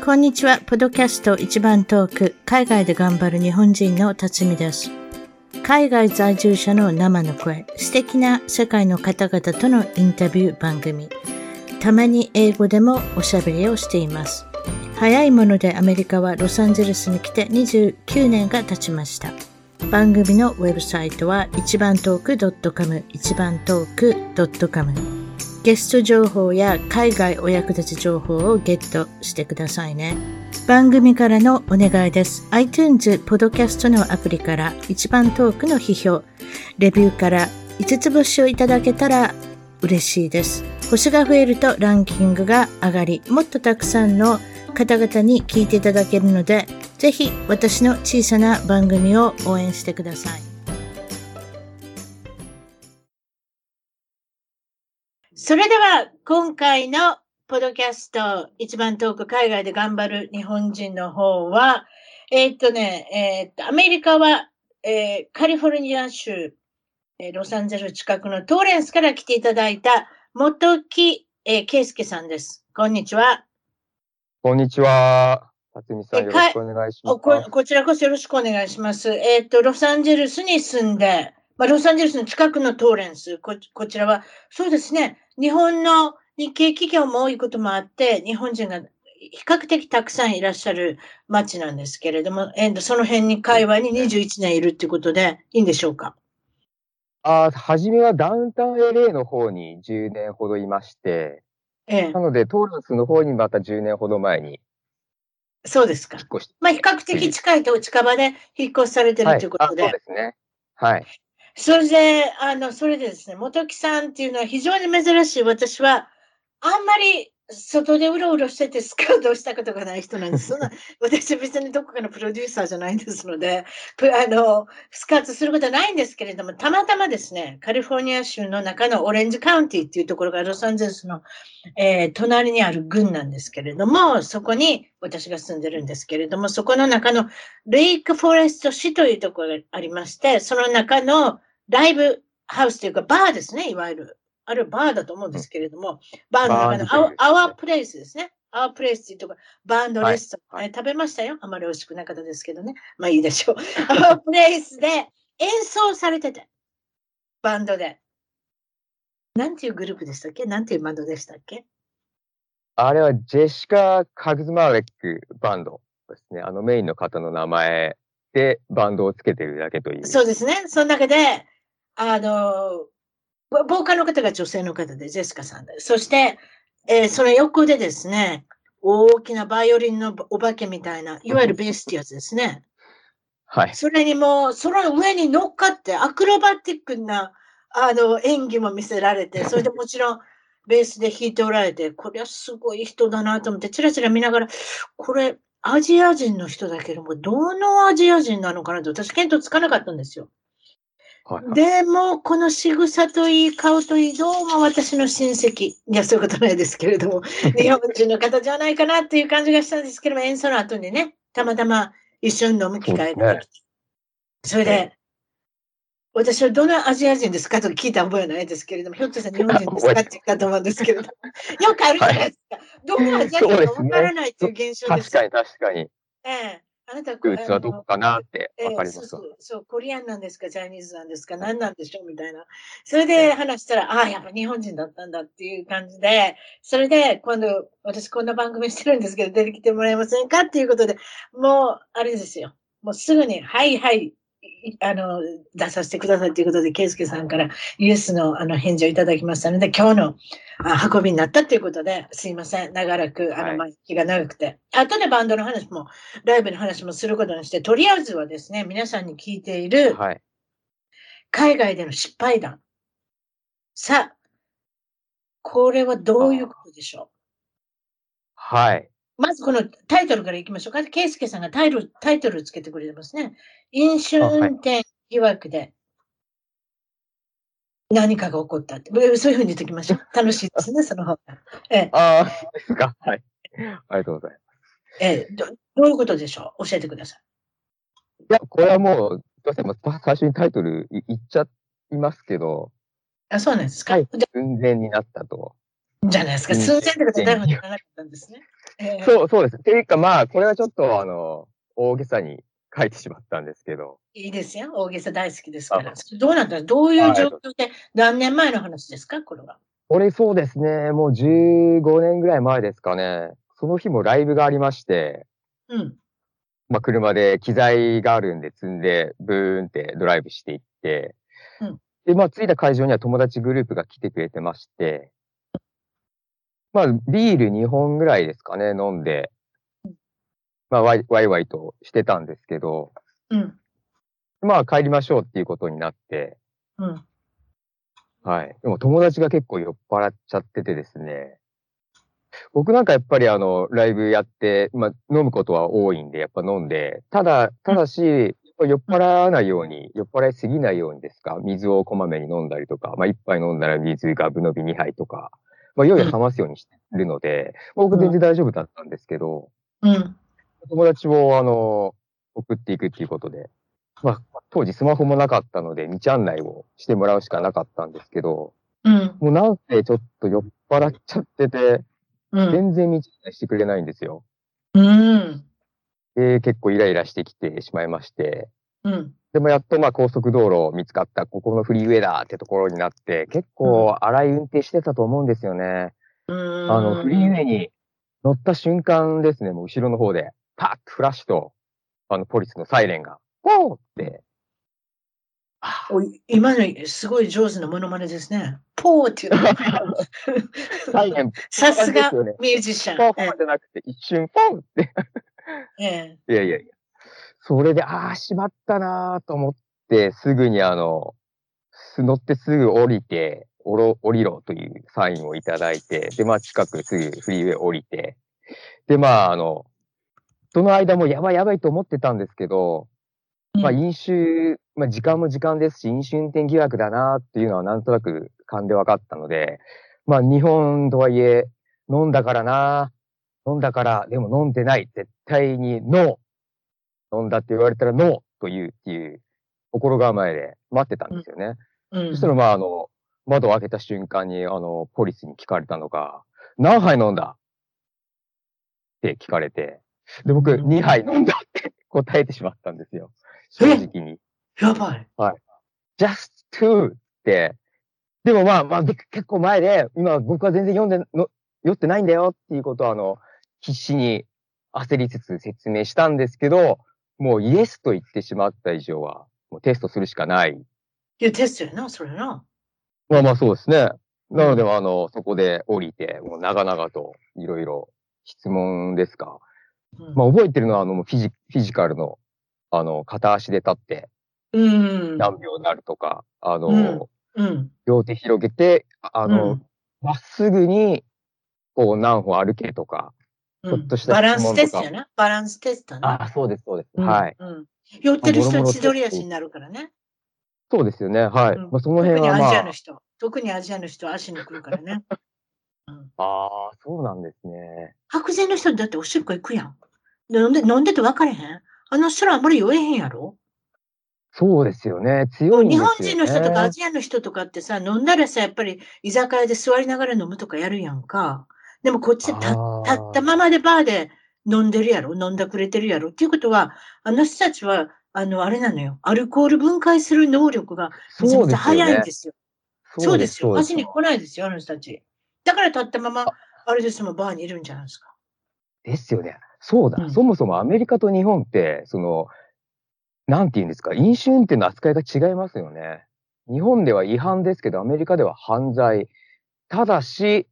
こんにちは。ポッドキャスト一番トーク、海外で頑張る日本人の辰巳です。海外在住者の生の声、素敵な世界の方々とのインタビュー番組。たまに英語でもおしゃべりをしています。早いものでアメリカはロサンゼルスに来て29年が経ちました。番組のウェブサイトは一番トーク .com、一番トーク .com。ゲスト情報や海外お役立ち情報をゲットしてくださいね。番組からのお願いです。iTunes ポッドキャストのアプリから一番トークの批評、レビューから5つ星をいただけたら嬉しいです。星が増えるとランキングが上がり、もっとたくさんの方々に聞いていただけるので、ぜひ私の小さな番組を応援してください。それでは今回のポッドキャスト一番トーク海外で頑張る日本人の方は、アメリカは、カリフォルニア州、ロサンゼルス近くのトーレンスから来ていただいた本木圭介さんです。こんにちは。 こんにちは。辰巳さんよろしくお願いします。 こちらこそよろしくお願いします。ロサンゼルスに住んで、ロサンゼルスの近くのトーレンス、こちらは、そうですね、日本の日系企業も多いこともあって、日本人が比較的たくさんいらっしゃる街なんですけれども、その辺に界隈に21年いるっていうことでいいんでしょうか？ 初めはダウンタウン LA の方に10年ほどいまして、なのでトーレンスの方にまた10年ほど前にそうですか。 引っ越して。 比較的近いと近場で引っ越しされてるということで。 そうですね。はい。 それでですね、本木さんっていうのは非常に珍しい。私は、あんまり外でうろうろしててスカウトをしたことがない人なんです。私は別にどこかのプロデューサーじゃないんですので、スカウトすることはないんですけれども、たまたまですね、カリフォルニア州の中のオレンジカウンティっていうところがロサンゼルスの、隣にある郡なんですけれども、そこに私が住んでるんですけれども、そこの中のレイクフォレスト市というところがありまして、その中のライブハウスというかバーですね、いわゆる。あれはバーだと思うんですけれども、バーの中のアワープレイスですね。アワープレイスっていうところ、バンドレストラン、食べましたよ。あまり美味しくなかったですけどね。まあいいでしょう。アワープレイスで演奏されてて、バンドで。なんていうグループでしたっけ？なんていうバンドでしたっけ？ あれはジェシカ・カグズマーレックバンドですね。メインの方の名前でバンドをつけてるだけという。 そうですね。その中で、ボーカルの方が女性の方で、ジェシカさんで。そして、その横でですね、大きなバイオリンのお化けみたいな、いわゆるベースってやつですね。 はい。 それにも、その上に乗っかって、アクロバティックな、演技も見せられて、それでもちろん、ベースで弾いておられて、これはすごい人だなと思って、チラチラ見ながら、これ、アジア人の人だけども、どのアジア人なのかなと、私、見当つかなかったんですよ。でも、この仕草といい、顔といい、どうも私の親戚。いや、そういうことないですけれども、日本人の方じゃないかなっていう感じがしたんですけども、演奏の後にね、たまたま一緒に飲む機会ができて。それで、私はどのアジア人ですかと聞いた覚えはないですけれども、ひょっとしたら日本人ですかって言ったと思うんですけれども、よくあるじゃないですか。どこアジア人かわからないという現象です。 確かに。 あなたルーツはどこかなってわかります。 そう、コリアンなんですか、チャイニーズなんですか、何なんでしょうみたいな。それで話したら、やっぱ日本人だったんだっていう感じで、それで今度、私こんな番組してるんですけど、出てきてもらえませんかっていうことで、もう、あれですよ。もうすぐに、はい、出させてくださいということで、圭介さんからイエスの返事をいただきましたので、今日の運びになったということで、すいません。長らく、気が長くて。後でバンドの話も、ライブの話もすることにして、とりあえずはですね、皆さんに聞いている、海外での失敗談。さあ、これはどういうことでしょう？ はい。 まずこのタイトルからいきましょうか。圭介さんがタイトルをつけてくれてますね。飲酒運転疑惑で何かが起こったって。そういうふうに言っておきましょう。楽しいですね、その方が。 そうですか。はい。ありがとうございます。 どういうことでしょう？教えてください。 いや、これはもう、最初にタイトル言っちゃいますけど。 そうなんですか？ 寸前になったと。 じゃないですか。寸前ってことは誰も言わなかったんですね。 そうです。っていうか、まあ、これはちょっと、大げさに書いてしまったんですけど。 いいですよ。大げさ大好きですから。どうなったどういう状況で、何年前の話ですかこれは。 そうですね。もう15年ぐらい前ですかね。その日もライブがありまして、 うん。 まあ、車で機材があるんで積んで、ブーンってドライブしていって、 うん。 で、まあ、着いた会場には友達グループが来てくれてまして、まあ、ビール2本ぐらいですかね、飲んで、まあ、ワイワイとしてたんですけど、 うん。 まあ、帰りましょうっていうことになって、 うん。 はい。でも友達が結構酔っ払っちゃっててですね、僕なんかやっぱりライブやって、まあ、飲むことは多いんで、やっぱ飲んで、ただし、酔っ払わないように、酔っ払いすぎないようにですか、水をこまめに飲んだりとか、まあ、一杯飲んだら水がぶのび2杯とか、まあ、酔いを冷ますようにしてるので、僕全然大丈夫だったんですけど、 うん。 友達を送っていくっていうことで、まあ、当時スマホもなかったので、道案内をしてもらうしかなかったんですけど、 うん。 もうなんせちょっと酔っ払っちゃってて、 うん。 全然道案内してくれないんですよ。 うん。 で、結構イライラしてきてしまいまして、 うん。 でもやっとまあ高速道路見つかった、ここのフリーウェイだってところになって、結構荒い運転してたと思うんですよね。 うフリーウん。 ェイに乗った瞬間ですね、もう後ろの方で、パッとフラッシュと、ポリスのサイレンが、ポーって、 今のすごい上手なモノマネですね。ポーっていうの。 サイレン、 さすがミュージシャン。 ポーじゃなくて一瞬ポーって。いやいやいや。それで、しまったなと思って、すぐに乗ってすぐ降りて、降りろというサインをいただいて、で、まあ近くすぐフリーウェイ降りて、で、まあその間もやばいやばいと思ってたんですけど、まあ飲酒、まあ時間も時間ですし、飲酒運転疑惑だなっていうのはなんとなく勘で分かったので、まあ日本とはいえ、飲んだからな、飲んだから、でも飲んでない、絶対にノー、飲んだって言われたらノーと言うっていう心構えで待ってたんですよね。そしたらまあ窓を開けた瞬間にポリスに聞かれたのが、何杯飲んだって聞かれて、で、僕2杯飲んだって答えてしまったんですよ。正直に。 やばい。 はい。just two って、でもまあ、結構前で、今僕は全然酔ってないんだよっていうことを必死に焦りつつ説明したんですけど、もうイエスと言ってしまった以上は、もうテストするしかない。 いや、テストやな、それな。 まあそうですね。なので、そこで降りて、もう長々といろいろ質問ですか。まあ覚えてるのは、フィジカルの、片足で立って、何秒になるとか、両手広げて、まっすぐに、こう何歩歩けとか、ちょっとした質問とか。 バランステストやな。バランステストな。 そうです、そうです。はい。 酔ってる人は千鳥足になるからね。 そうですよね。はい。まあその辺はまあ。 特にアジアの人は足に来るからね。 そうなんですね。 白人の人だっておしっこ行くやん。飲んでて分かれへん？あの人らあんまり酔えへんやろ？ そうですよね。強いんですよね。 日本人の人とかアジアの人とかってさ、飲んだらさ、やっぱり居酒屋で座りながら飲むとかやるやんか。でもこっちで立ったままでバーで飲んでるやろ？飲んだくれてるやろ？っていうことは、あの人たちは、あれなのよ。アルコール分解する能力がめちゃめちゃ早いんですよ。そうですよ。足に来ないですよ、あの人たち。だから立ったまま、あれですもバーにいるんじゃないですか。 ですよね。そうだ。そもそもアメリカと日本って、なんて言うんですか、飲酒運転の扱いが違いますよね。日本では違反ですけど、アメリカでは犯罪。ただし、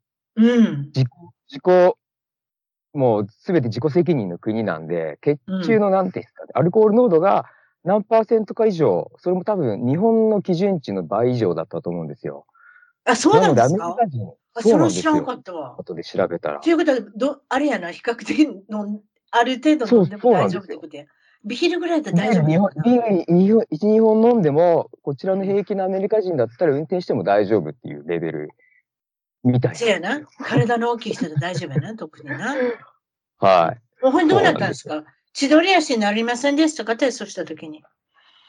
もうすべて自己責任の国なんで、血中のなんていうんですか、アルコール濃度が何%か以上、それも多分日本の基準値の倍以上だったと思うんですよ。 そうなんですか？ なのでアメリカ人、 それ知らんかったわ。 後で調べたら。 ということは、あれやな、比較的ある程度飲んでも大丈夫ってことや。ビールぐらいだったら大丈夫。 ビール1、2本飲んでも、こちらの平気なアメリカ人だったら運転しても大丈夫っていうレベルみたいな。 そうやな。体の大きい人で大丈夫やな、特にな。 はい。 ほんどうなったんですか？千鳥足になりませんでしたか？テストしたときに。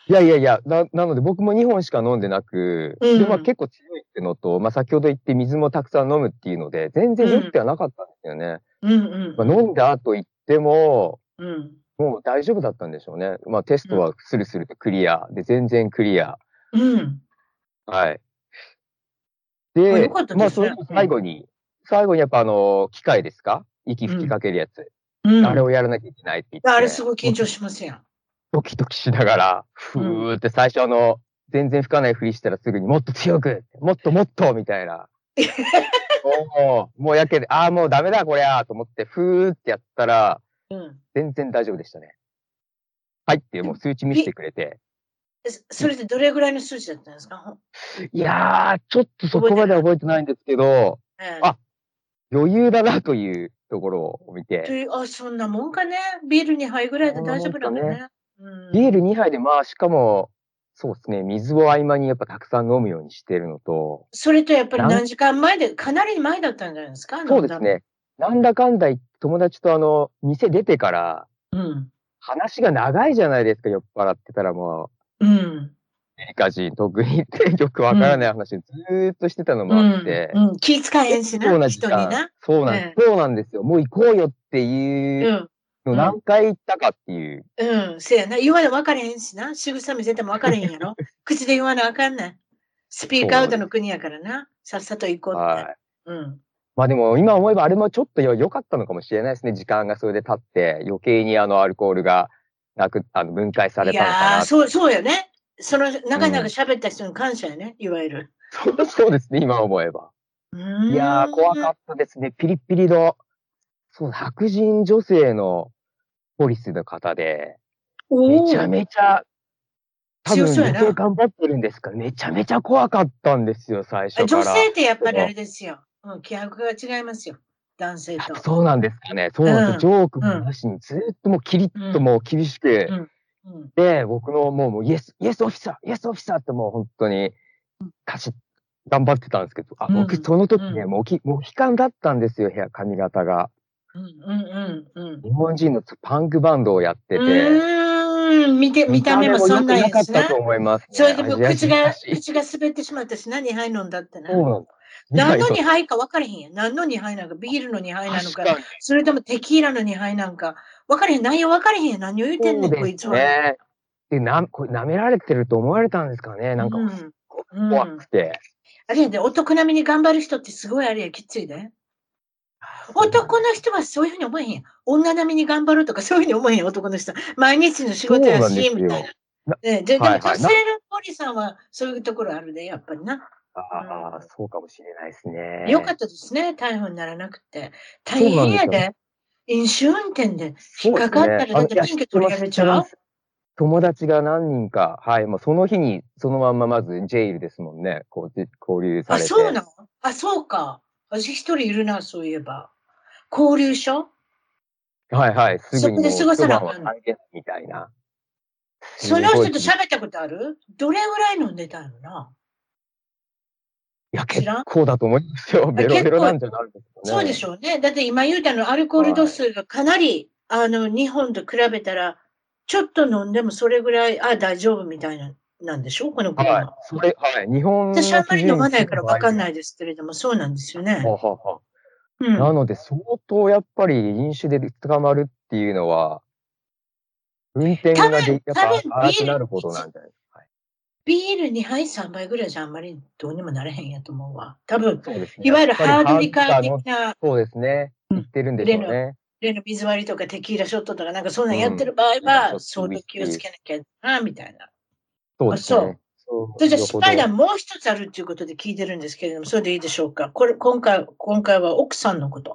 いやいやいや、なので僕も2本しか飲んでなく、で、まあ結構強いってのと、まあ先ほど言って水もたくさん飲むっていうので、全然酔ってはなかったんですよね。まあ、飲んだ後言っても、もう大丈夫だったんでしょうね。まあテストはスルスルとクリア。で、全然クリア。はい。で、まあそれと最後にやっぱ機械ですか？息吹きかけるやつ。あれをやらなきゃいけないって言って。 あれすごい緊張しますやん。 ドキドキしながら、ふーって最初全然吹かないふりしたらすぐにもっと強く、もっともっとみたいな。もうやけで、ああ、もうダメだこりゃと思って、ふーってやったら、全然大丈夫でしたね。はいってもう数値見せてくれて。 それでどれぐらいの数値だったんですか？ いやー、ちょっとそこまで覚えてないんですけど、あ、余裕だなというところを見て。 あ、そんなもんかね。ビール2杯ぐらいで大丈夫なんだね。 ビール2杯で、まあ、しかも、そうですね、水を合間にやっぱたくさん飲むようにしてるのと。 それとやっぱり何時間前で、かなり前だったんじゃないですか？ そうですね。なんだかんだ友達と店出てから、話が長いじゃないですか、酔っ払ってたらもう。アメリカ人、特にってよくわからない話をずーっとしてたのもあって。 気使えんしな、人にな。 そうなんですよ。もう行こうよっていうの何回言ったかっていう。 せやな。言わな分かれへんしな。仕草見せても分かれへんやろ。口で言わなあかんねん。スピークアウトの国やからな。さっさと行こうって。 まあでも今思えばあれもちょっと良かったのかもしれないですね。時間がそれで経って余計にアルコールが分解されたのかな。 そうよね。長々喋った人に感謝やね。いわゆる。 そうですね。今思えば。いやー、怖かったですね。ピリピリの、白人女性のポリスの方で、めちゃめちゃ、多分余計頑張ってるんですか？めちゃめちゃ怖かったんですよ、最初から。 女性ってやっぱりあれですよ。気迫が違いますよ。男性と。 そうなんですかね。そうなんです。ジョークもなしにずっともうキリッともう厳しく。で、僕のもうイエスオフィサー、イエスオフィサーってもう本当に、頑張ってたんですけど、僕その時ね、もう悲観だったんですよ、髪型が。日本人のパンクバンドをやってて。 見た目もそんなんやしな。 なかったと思います、ね。 それでも口が滑ってしまったしな、2杯飲んだってな。何の2杯か分からへんやん。何の2杯なんか、ビールの2杯なのか、それともテキーラの2杯なんか、分からへん。内容分からへんやん。何を言ってんねん、こいつは。 で、これ舐められてると思われたんですかね、なんか、怖くて。 あれやで、男並みに頑張る人ってすごいあれや、きついで。男の人はそういうふうに思えへんやん。女並みに頑張るとかそういうふうに思えへん、男の人。毎日の仕事やし、みたいな。でも女性のポリさんはそういうところあるで、やっぱりな。 そうかもしれないですね。 よかったですね、逮捕にならなくて。大変やで。飲酒運転で引っかかったら、だって免許取り上げちゃう？ 友達が何人か、もうその日にそのまんままずジェイルですもんね、交流されて。 そうなの？そうか。私一人いるな、そういえば。交流所？ すぐにもうそこで過ごさなあかんのみたいな。 その人と喋ったことある？どれぐらい飲んでたのな？ いや、結構だと思いますよ。ベロベロなんじゃないですかね。 そうでしょうね。だって今言うたのアルコール度数がかなり、日本と比べたら、ちょっと飲んでもそれぐらい、大丈夫みたいなんでしょ？この国は。 日本の私あんまり飲まないから分かんないですけれども、そうなんですよね。 なので、相当やっぱり飲酒で捕まるっていうのは、運転がやっぱ荒くなるほどなんじゃないですか。 ビール2杯3杯ぐらいじゃあんまりどうにもなれへんやと思うわ。多分、いわゆるハードリカー的な。 そうですね。言ってるんでしょうね。 例の水割りとかテキーラショットとかなんかそんなんやってる場合は、相当気をつけなきゃな、みたいな。 そうですね。 それじゃあスパイダーもう一つあるということで聞いてるんですけれども、それでいいでしょうか。今回は奥さんのこと。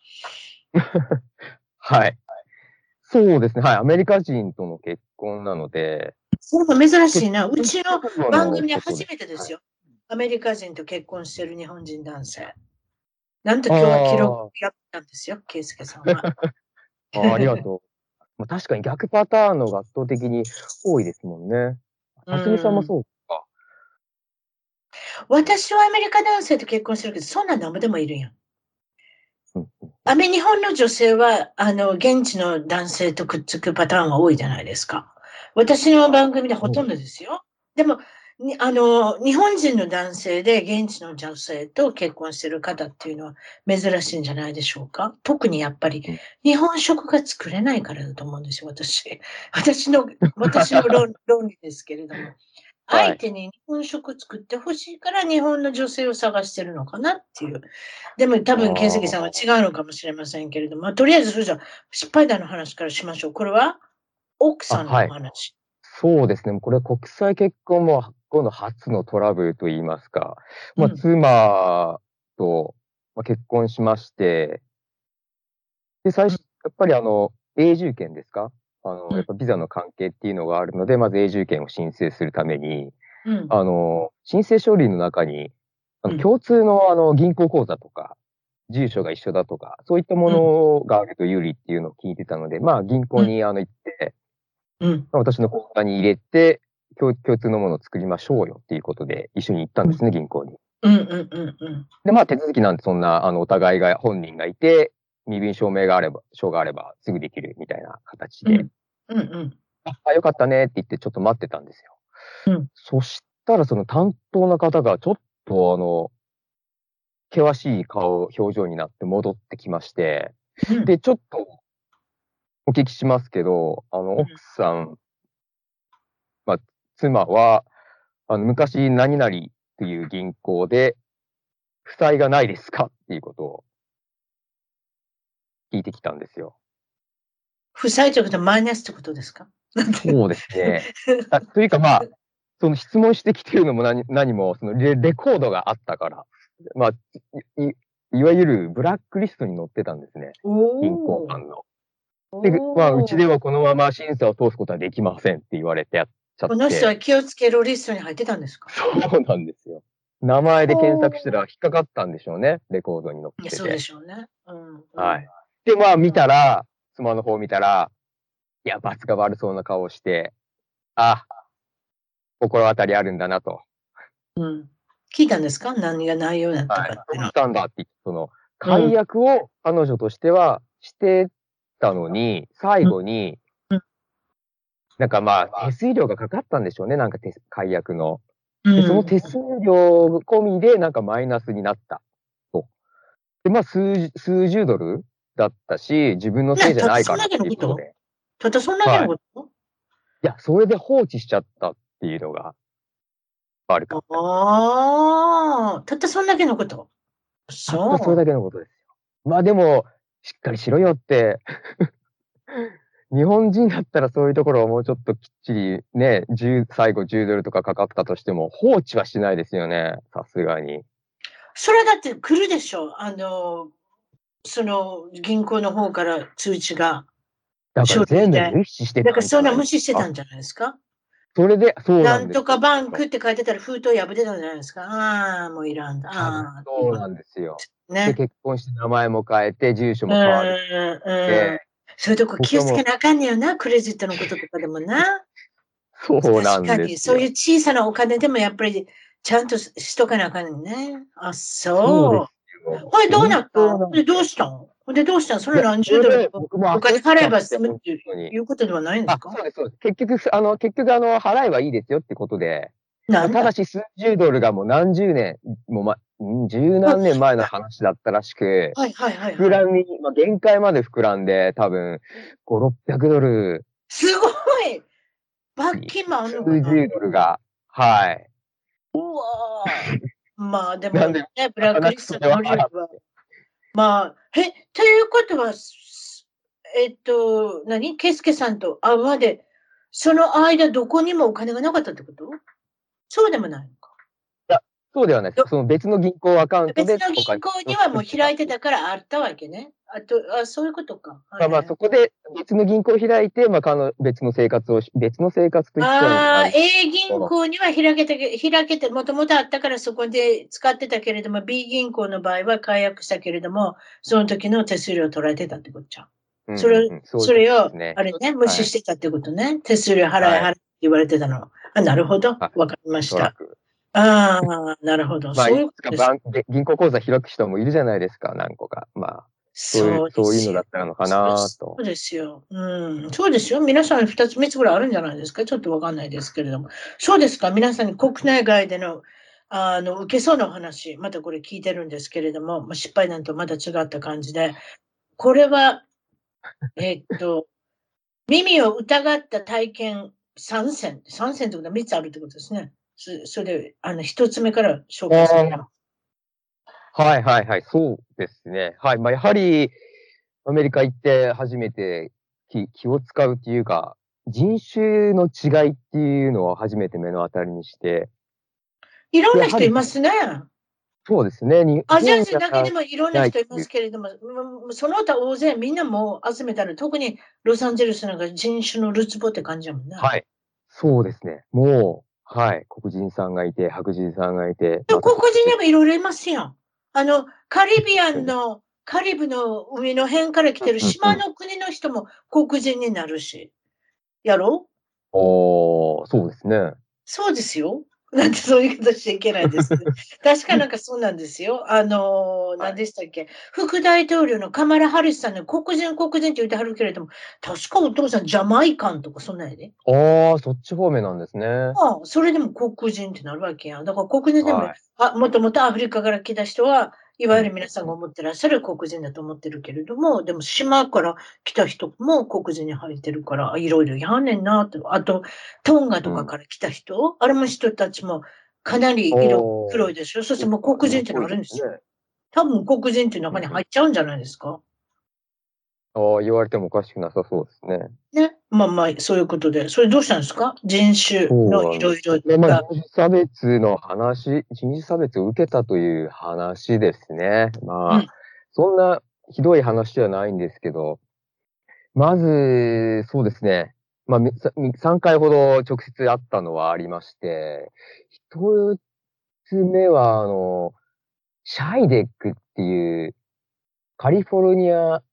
そうですね。アメリカ人との結婚なので。 それも珍しいな。うちの番組で初めてですよ。アメリカ人と結婚してる日本人男性。なんと今日は記録やったんですよ、圭介さんは。 ありがとう。確かに逆パターンのが圧倒的に多いですもんね。辰巳さんもそうか。 私はアメリカ男性と結婚してるけど、そんな何でもいるやん。日本の女性は、現地の男性とくっつくパターンが多いじゃないですか。 私の番組でほとんどですよ。でも、日本人の男性で現地の女性と結婚してる方っていうのは珍しいんじゃないでしょうか。特にやっぱり日本食が作れないからだと思うんですよ、私。私の論理ですけれども。相手に日本食作ってほしいから日本の女性を探してるのかなっていう。でも多分、健介さんは違うのかもしれませんけれども、とりあえずそれじゃ失敗談の話からしましょう。これは奥さんのお話。 そうですね。これ国際結婚も今度初のトラブルと言いますか。妻と結婚しまして、で、最初、やっぱり永住権ですか？やっぱビザの関係っていうのがあるので、まず永住権を申請するために、申請書類の中に、共通の銀行口座とか、住所が一緒だとか、そういったものがあると有利っていうのを聞いてたので、銀行に行って、私の口座に入れて、共通のものを作りましょうよっていうことで一緒に行ったんですね、銀行に。で、手続きなんてそんな、お互いが、本人がいて、身分証があればすぐできるみたいな形で。よかったねって言ってちょっと待ってたんですよ。そしたらその担当の方がちょっと険しい表情になって戻ってきまして、で、ちょっとお聞きしますけど、奥さん、妻は、昔何々という銀行で、負債がないですかっていうことを聞いてきたんですよ。 負債ということはマイナスってことですか？ そうですね。というかその質問してきてるのも何も、そのレコードがあったから、いわゆるブラックリストに載ってたんですね。銀行間の。で、うちではこのまま審査を通すことはできませんって言われてやっちゃって。 この人は気をつけろリストに入ってたんですか？ そうなんですよ。名前で検索したら引っかかったんでしょうね。レコードに載ってて。 そうでしょうね。 はい。で、見たら、妻の方見たら、いや、罰が悪そうな顔をして、心当たりあるんだなと。 聞いたんですか？何が内容だったかっていうのは。 どうしたんだって言って、解約を彼女としてはしてたのに、最後に、手数料がかかったんでしょうね、解約の。で、その手数料込みで、マイナスになった。と。で、数十ドルだったし、自分のせいじゃないからっていうことで。 たったそんなけのこと？ いや、それで放置しちゃったっていうのが、悪かった。 たったそんだけのこと？ たったそれだけのことですよ。でも、しっかりしろよって、日本人だったらそういうところをもうちょっときっちりね、最後10ドルとかかかったとしても放置はしないですよね、さすがに。 それだって来るでしょ、その銀行の方から通知が。 だから全部無視してたんじゃないですか。 だからそんな無視してたんじゃないですか。 それで、そうなんです。 なんとかバンクって書いてたら封筒破ってたんじゃないですか。もういらんだ。 そうなんですよ。で、結婚して名前も変えて、住所も変わる。 そういうとこ気をつけなあかんねよな、クレジットのこととかでもな。 そうなんですよ。 確かに、そういう小さなお金でもやっぱりちゃんとしとかなあかんね。そう。これどうなったん？で、どうしたん？で、どうしたん？それ何十ドルお金払えば済むっていうことではないんですか？ そうです、そうです。結局払えばいいですよってことで、ただし数十ドルがもう何十年、十何年前の話だったらしく、膨らみ、限界まで膨らんで、多分、5、600ドル。 すごい！罰金もあんのかな？ 数十ドルが、はい。 うわでもね、ブラックリストの乗りは。ということは、ケイスケさんと会うまで、その間どこにもお金がなかったってこと？そうでもないのか。 いや、そうではないです。その別の銀行アカウントで。 別の銀行にはもう開いてたからあったわけね。そういうことか。 そこで別の銀行を開いて、別の生活といっては。 A 銀行には開けて、もともとあったからそこで使ってたけれども、B 銀行の場合は解約したけれども、その時の手数料取られてたってことじゃん。それを、無視してたってことね。手数料払えって言われてたの。なるほど。わかりました。なるほど。 銀行口座開く人もいるじゃないですか、何個か。 そういうのだったのかなと。 そうですよ。そうですよ。皆さん2つ3つぐらいあるんじゃないですか。ちょっとわかんないですけれども。そうですか。皆さんに国内外での、受けそうなお話、またこれ聞いてるんですけれども、失敗なんとまた違った感じで、これは、耳を疑った体験3選ということは3つあるってことですね。それで、1つ目から紹介する。 はいはいはい、そうですね。はい。やはり、アメリカ行って初めて気を使うっていうか、人種の違いっていうのを初めて目の当たりにして。 いろんな人いますね。 そうですね。 アジア人だけでもいろんな人いますけれども、その他大勢みんなもう集めたら、特にロサンゼルスなんか人種のるつぼって感じだもんね。 はい。そうですね。もう、はい。黒人さんがいて、白人さんがいて。 黒人にもいろいろいますやん。カリブの海の辺から来てる島の国の人も黒人になるし。やろそうですね。 そうですよ。なんてそういうことしちゃいけないですね。確かなんかそうなんですよ。何でしたっけ、副大統領のカマラ・ハリスさんね、黒人って言ってはるけれども、確かお父さんジャマイカンとかそんなんやで。 そっち方面なんですね。 それでも黒人ってなるわけやん。だから黒人でも、 はい。 もともとアフリカから来た人は、いわゆる皆さんが思ってらっしゃる黒人だと思ってるけれども、でも島から来た人も黒人に入ってるから、いろいろやんねんなと。あと、トンガとかから来た人、あれも人たちもかなり色黒いでしょ。そしてもう黒人ってなるんですよ。多分黒人って中に入っちゃうんじゃないですか。 言われてもおかしくなさそうですね。 ね。そういうことで。それどうしたんですか？人種のいろいろが。 人種差別を受けたという話ですね。そんなひどい話ではないんですけど、まず、そうですね。3回ほど直接会ったのはありまして、一つ目は、シャイデックっていう、カリフォルニア、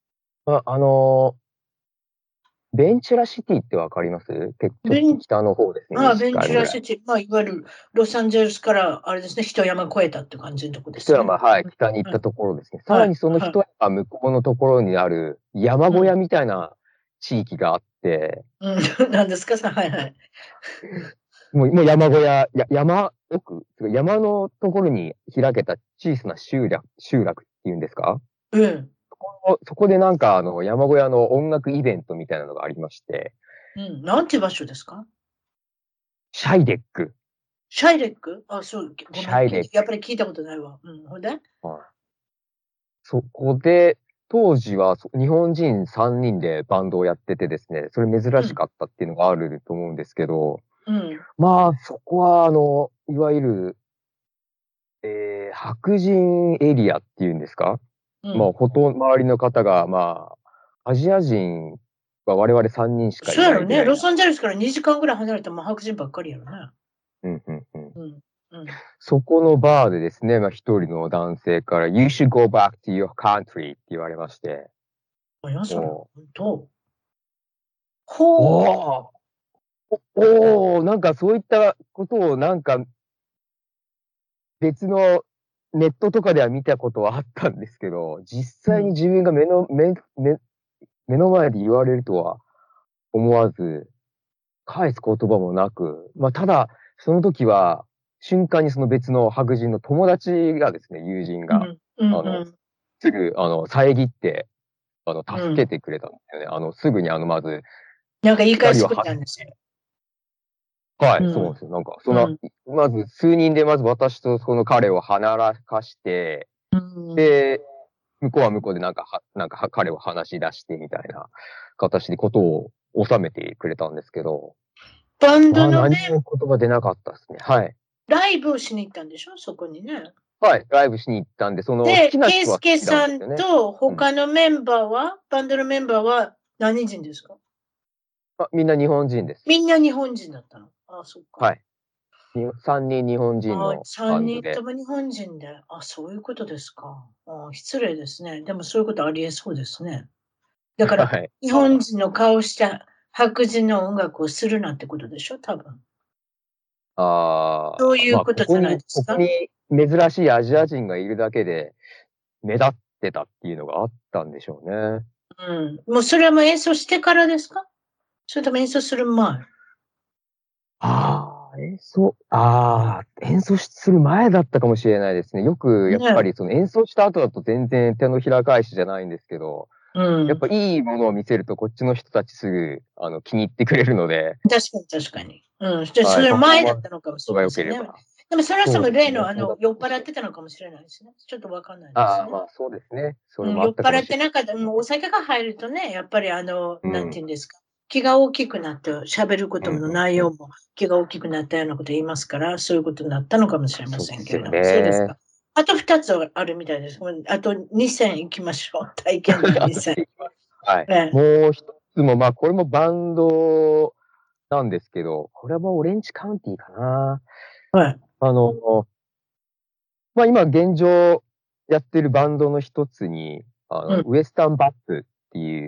ベンチュラシティってわかります？ちょっと北の方ですね、西ベンチュ海ぐらい。 ラシティ、いわゆるロサンゼルスから、あれですね、一山越えたって感じのとこですね。 はい、北に行ったところですね。さはい。 らにそのはい。 一山向こうのところにある山小屋みたいな地域があって、 何ですか？はいはい。 もう山小屋、山奥、山のところに開けた小さな集落っていうんですか？ うん。 そこでなんか山小屋の音楽イベントみたいなのがありまして、 なんていう場所ですか？ シャイデック。 シャイレック？そう、ごめん。 シャイデック。 やっぱり聞いたことないわ。ほんで？ そこで、当時は日本人3人でバンドをやっててですね、それ珍しかったっていうのがあると思うんですけど、そこは、いわゆる、白人エリアっていうんですか？周りの方が、アジア人は我々3人しかいそうやろね。 ないぐらいな。 ロサンゼルスから2時間ぐらい離れたら白人ばっかりやろね。 そこのバーでですね、一人の男性から、You should go back to your country って言われまして。 それ、本当。 なんかそういったことをなんか別のネットとかでは見たことはあったんですけど、実際に自分が目の前で言われるとは思わず、返す言葉もなく、ただ、その時は、瞬間にその別の白人の友達がですね、友人が、すぐ、遮って、助けてくれたんですよね。すぐにまず、 なんか言い返してくれたんですよ。 はい、そうなんですよ。なんか、まず数人でまず私とその彼を離らかして、で、向こうは向こうでなんか彼を話し出してみたいな形でことを収めてくれたんですけど、 バンドの何も言葉出なかったですね。はい。 ライブをしに行ったんでしょ？そこにね。 はい、ライブしに行ったんで、好きなケイス人は好ケさんきなんですよね。 と他のメンバーは、バンドのメンバーは何人ですか？ みんな日本人です。 みんな日本人だったの？そっか。 はい。3人日本人のバ 3 ンドで。 人とも日本人で。そういうことですか。失礼ですね。でもそういうことありえそうですね。だから、 はい。 日本人の顔した白人の音楽をするなってことでしょ？多分。そういうことじゃないですか？ ここに珍しいアジア人がいるだけで、目立っってたっていうのがあったんでしょうね。 もうそれはもう演奏してからですか？それとも演奏する前？ 演奏する前だったかもしれないですね。よく、やっぱりその演奏した後だと全然手のひら返しじゃないんですけど、やっぱいいものを見せるとこっちの人たちすぐ、気に入ってくれるので。 確かに。じゃあそれ前だったのかもしれないですね。でもそれは例の酔っ払ってたのかもしれないですね。ちょっとわかんないですね。 まあそうですね。 酔っ払ってなかった。お酒が入るとね、やっぱりなんていうんですか。気が大きくなって、喋ることの内容も気が大きくなったようなこと言いますから、そういうことになったのかもしれませんけれども。そうですか。あと2つあるみたいです。あと2戦行きましょう。体験談2戦。 はい。もう一つも、まあこれもバンドなんですけど、これはもうオレンジカウンティーかな。 はい。 まあ今現状やってるバンドの一つに、ウエスタンバップっていう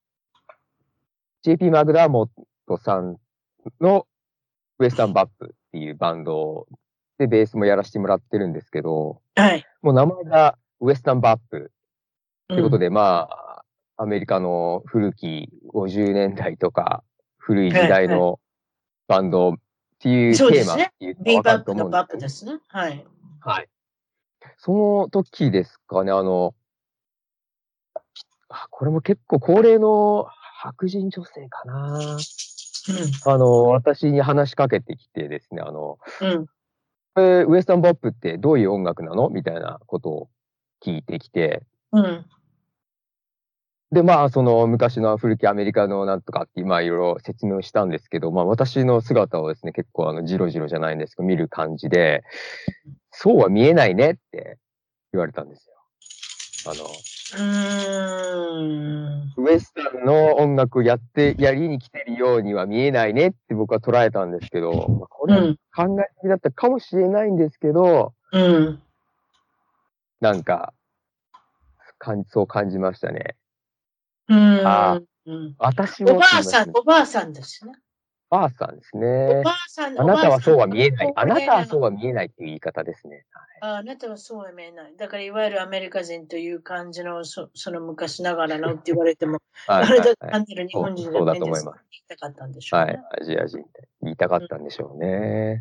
、JP マクダーモットさんのウエスタンバップっていうバンドでベースもやらせてもらってるんですけど、 はい。 もう名前がウエスタンバップってことで、まあ、アメリカの古き50年代とか古い時代のバンドっていうテーマっていうのがわかると思うんです、 ビーバップのバップですね。はい。 はい。その時ですかね、これも結構高齢の白人女性かな。私に話しかけてきてですね、ウエスタンバップってどういう音楽なのみたいなことを聞いてきて、で、まあ、その昔の古きアメリカのなんとかって、まあ、いろいろ説明をしたんですけど、まあ、私の姿をですね、結構ジロジロじゃないんですけど、見る感じで、そうは見えないねって言われたんですよ。ウエスタンの音楽やりに来てるようには見えないねって僕は捉えたんですけど、まあ、これは考えすぎだったかもしれないんですけど、なんか、そう感じましたね。私もおばあさんですね。 おばあさんですね。あなたはそうは見えない。あなたはそうは見えないっていう言い方ですね。 あなたはそうは見えない。だから、いわゆるアメリカ人という感じの、その昔ながらのって言われても、あれだ単なる日本人じゃないんです。言いたかったんでしょうね。 アジア人って言いたかったんでしょうね。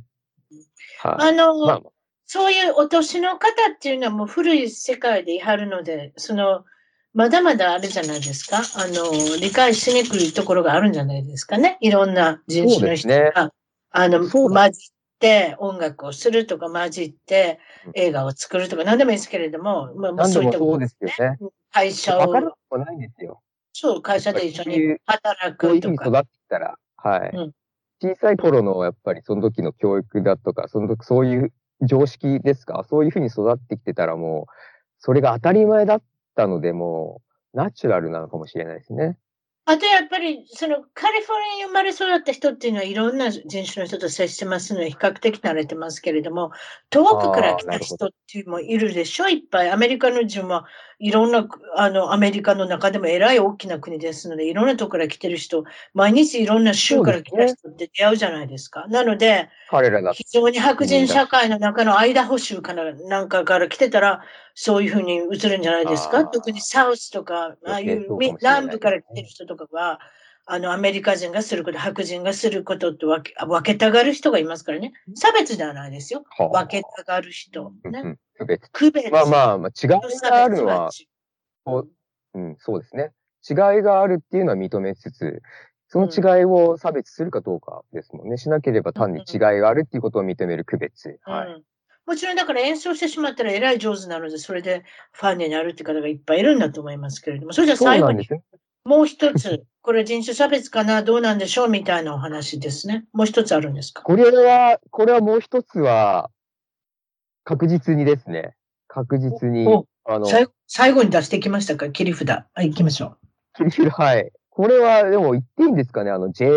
そういうお年の方っていうのはもう古い世界でいはるので、まだまだあるじゃないですか。理解しにくいところがあるんじゃないですかね。いろんな人種の人が、混じって音楽をするとか、混じって映画を作るとか、何でもいいですけれども、そういったことですよね。 会社を。 わかることないんですよ。 そう、会社で一緒に働くとか。 そういうふうに育ってきたら、はい。小さい頃のやっぱりその時の教育だとか、その時そういう常識ですか、そういうふうに育ってきてたらもう、それが当たり前だったので、もう、ナチュラルなのかもしれないですね。 あとやっぱり、カリフォルニアに生まれ育った人っていうのは、いろんな人種の人と接してますので、比較的慣れてますけれども、遠くから来た人っていうのもいるでしょ、いっぱい。アメリカの人はいろんな、アメリカの中でもえらい大きな国ですので、いろんなとこから来てる人、毎日いろんな州から来た人って出会うじゃないですか。なので、非常に白人社会の中のアイダホ州からなんかから来てたら、そういうふうに映るんじゃないですか。特にサウスとか、ああいう南部から来てる人とかは、アメリカ人がすること、白人がすることって分けたがる人がいますからね。差別ではないですよ。分けたがる人。ね。区別。 まあ、違いがあるのは、そうですね。違いがあるっていうのは認めつつ、その違いを差別するかどうかですもんね。しなければ単に違いがあるっていうことを認める区別。 もちろんだから演奏してしまったらえらい上手なので、それでファンになるって方がいっぱいいるんだと思いますけれども、それじゃ最後に、もう一つ、これ人種差別かな、どうなんでしょうみたいなお話ですね。もう一つあるんですか？ これはもう一つは、確実にですね。確実に。 最後に出してきましたか？切り札。行きましょう。切り札、はい。これは、でも言っていいんですかね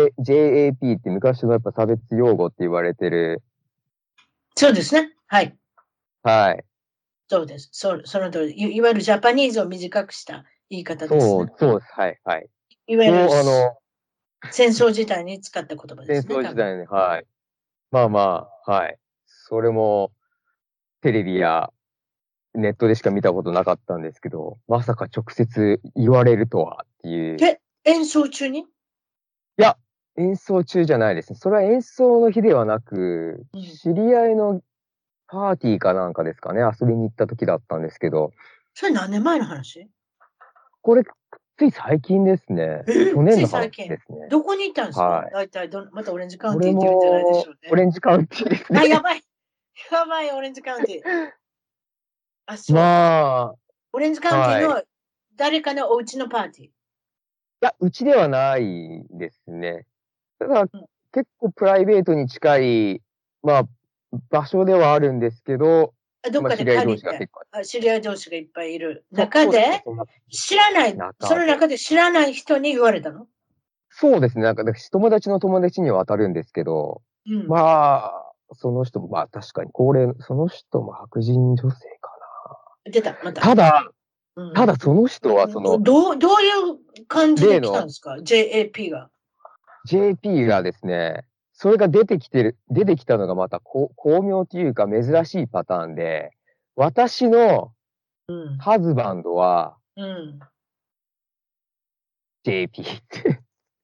JAP って昔のやっぱ差別用語って言われてる。 そうですね。はい。 はい。 そうです。その通り。いわゆるジャパニーズを短くした言い方ですね。 そうです。はい、はい。 いわゆる、戦争時代に使った言葉ですね。 戦争時代に、はい。まあ、はい。それも、テレビやネットでしか見たことなかったんですけど、まさか直接言われるとはっていう。 で、演奏中に？ いや、演奏中じゃないですね。それは演奏の日ではなく、知り合いのパーティーかなんかですかね、遊びに行った時だったんですけど。 それ何年前の話？ これ、つい最近ですね。去年の話ですね。 どこに行ったんですか？ はい。 大体またオレンジカウンティー行ってるんじゃないでしょうね。 オレンジカウンティーですね。 あ、やばい。やばい、オレンジカウンティー。あ、そう。 まあ。 オレンジカウンティーの誰かのお家のパーティー。いや、うちではないですね。ただ、結構プライベートに近い、まあ、場所ではあるんですけど、 どっかで借りて、知り合い同士がいっぱいいる中で、知らない、その中で知らない人に言われたの？ そうですね。なんか、友達の友達には当たるんですけど、まあ、その人も、まあ確かにその人も白人女性かな。出た、また。 ただその人はどういう感じで来たんですか？ JAP が。 JP がですね、それが出てきたのがまた巧妙というか珍しいパターンで、私のハズバンドは、JP って。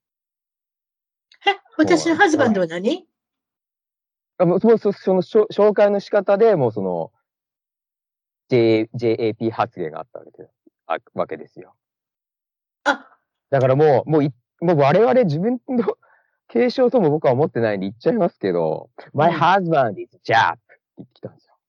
私のハズバンドは何？ その紹介の仕方でもうJAP 発言があったわけですよ。だからもう我々自分の継承とも僕は思ってないんで言っちゃいますけど、My husband is Jap って言ってきたんですよ。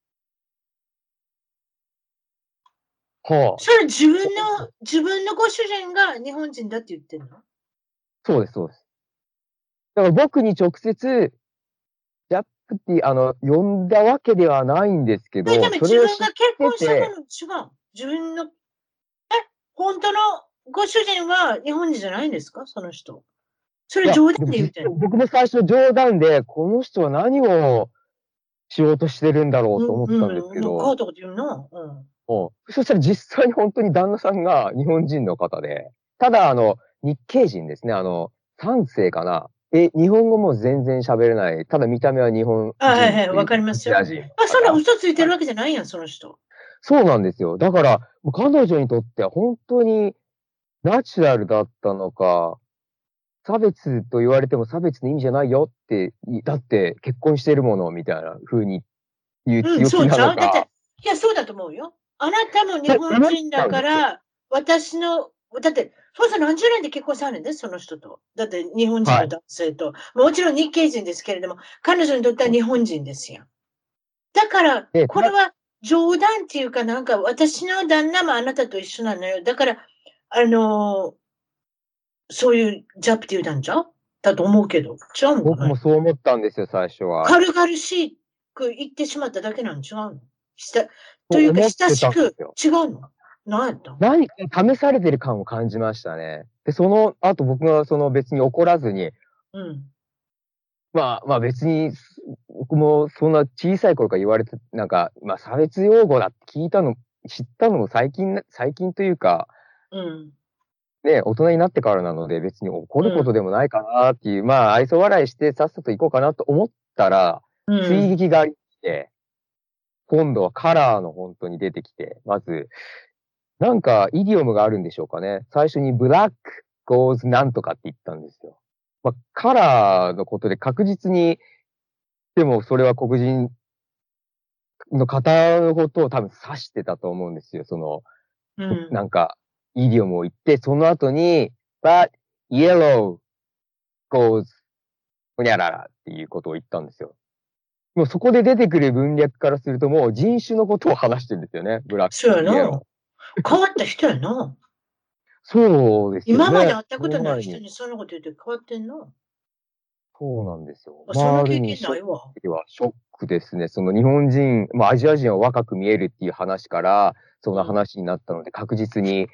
それ自分のご主人が日本人だって言ってるの？ そうです、そうです。だから僕に直接、ジャップって呼んだわけではないんですけど、 でも自分が結婚したの違う。自分の、本当のご主人は日本人じゃないんですか？その人。それ冗談で言ってるの？ 僕も最初冗談で、この人は何をしようとしてるんだろうと思ったんですけど、そしたら実際に本当に旦那さんが日本人の方で、ただ日系人ですね、3世かな。日本語も全然喋れない。ただ見た目は日本人。 はいはい、わかりますよ。そんな嘘ついてるわけじゃないやん、その人。 そうなんですよ。だから、彼女にとっては本当にナチュラルだったのか、差別と言われても差別の意味じゃないよって、だって結婚してるものみたいな風に言う強気なのか。 だって、いや、そうだと思うよ。あなたも日本人だから、だって、そうそう何十年で結婚されるんです、その人と。だって日本人の男性と。もちろん日系人ですけれども、彼女にとっては日本人ですよ。だから、これは冗談っていうかなんか、私の旦那もあなたと一緒なのよ。だから、そういうジャップって言うたんちゃうだと思うけど。違うの？ 僕もそう思ったんですよ、最初は。 軽々しく言ってしまっただけなん違うの？というか、親しく違うの？何やった？ 何か試されてる感を感じましたね。で、その後僕が別に怒らずに、まあ別に、僕もそんな小さい頃から言われて、なんか、差別用語だって知ったのも最近というか、ね、大人になってからなので別に怒ることでもないかなっていう、愛想笑いしてさっさと行こうかなと思ったら、追撃がありまして、今度はカラーの本当に出てきて、まず、なんかイディオムがあるんでしょうかね。最初にブラック goes なんとかって言ったんですよ。カラーのことで確実に、でもそれは黒人の方のことを多分指してたと思うんですよ。なんか、イディオムを言って、その後に、but yellow goes ほにゃららっていうことを言ったんですよ。もうそこで出てくる文脈からするともう人種のことを話してるんですよね。ブラック。 そうやな。変わった人やな。 そうですよね。 今まで会ったことない人にそんなこと言って変わってんの？ そうなんですよ。 そんな経験ないわ。 ショックですね。日本人、アジア人は若く見えるっていう話から、そんな話になったので、確実に、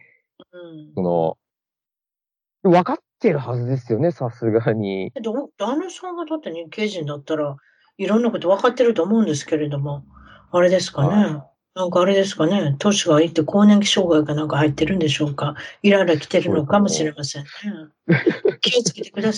分かってるはずですよね、さすがに。 旦那さんがだって日系人だったら、いろんなこと分かってると思うんですけれども、あれですかね。なんかあれですかね。年がいって更年期障害かなんか入ってるんでしょうか。イライラ来てるのかもしれませんね。気をつけてくだ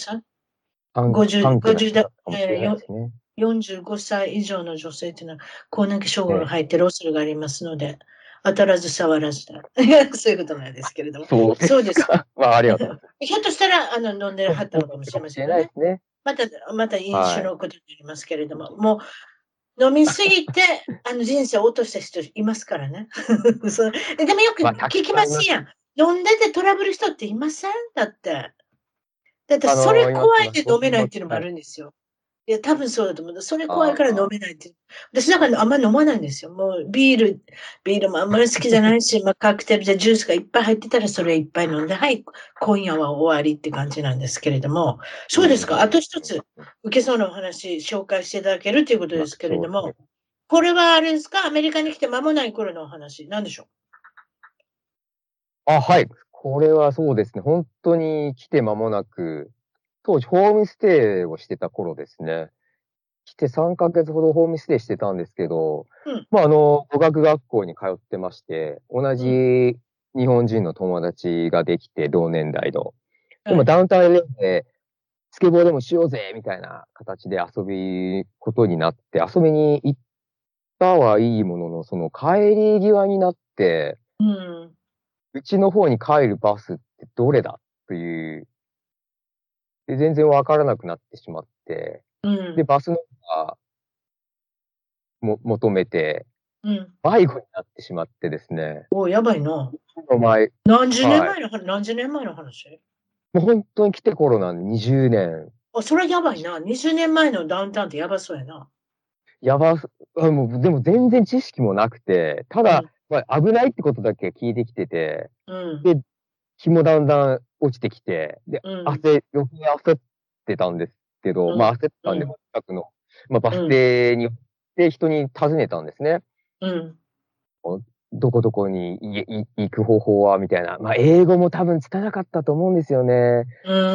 さい。45歳以上の女性というのは更年期障害が入ってる恐れがありますので、 当たらず触らずだ。そういうことなんですけれども。 そうですか。まあ、ありがとうございます。 ひょっとしたら、飲んではったのかもしれませんね。また飲酒のことになりますけれども、もう、飲みすぎて、人生を落とした人いますからね。でもよく聞きますやん。飲んでてトラブル人っていません？だって。だってそれ怖いで飲めないっていうのもあるんですよ。いや、多分そうだと思う。それ怖いから飲めないって。私だからあんまり飲まないんですよ。もうビールもあんまり好きじゃないし、まあ、カクテルでジュースがいっぱい入ってたらそれいっぱい飲んで、はい、今夜は終わりって感じなんですけれども。そうですか。あと一つ、受けそうなお話紹介していただけるということですけれども、これはあれですか？アメリカに来て間もない頃のお話。何でしょう？ はい。これはそうですね。本当に来て間もなく、当時ホームステイをしてた頃ですね。来て3ヶ月ほどホームステイしてたんですけど、語学学校に通ってまして、同じ日本人の友達ができて、同年代の。でもダウンタウン LA で、スケボーでもしようぜみたいな形で遊びことになって、遊びに行ったはいいものの、その帰り際になって、うちの方に帰るバスってどれだという、で全然わからなくなってしまって、で、バスの求めて、迷子になってしまってですね。 やばいな。何十年前の話？ もう本当に来て頃なんで、20年。 それやばいな。20年前のダウンタウンってやばそうやな。 もう、でも全然知識もなくて、ただ、危ないってことだけ聞いてきてて、で、日もだんだん落ちてきて、で、余計焦ってたんですけど、焦ったんで、近くの、バス停に、で、人に尋ねたんですね。どこどこに行く方法はみたいな。英語も多分拙かったと思うんですよね。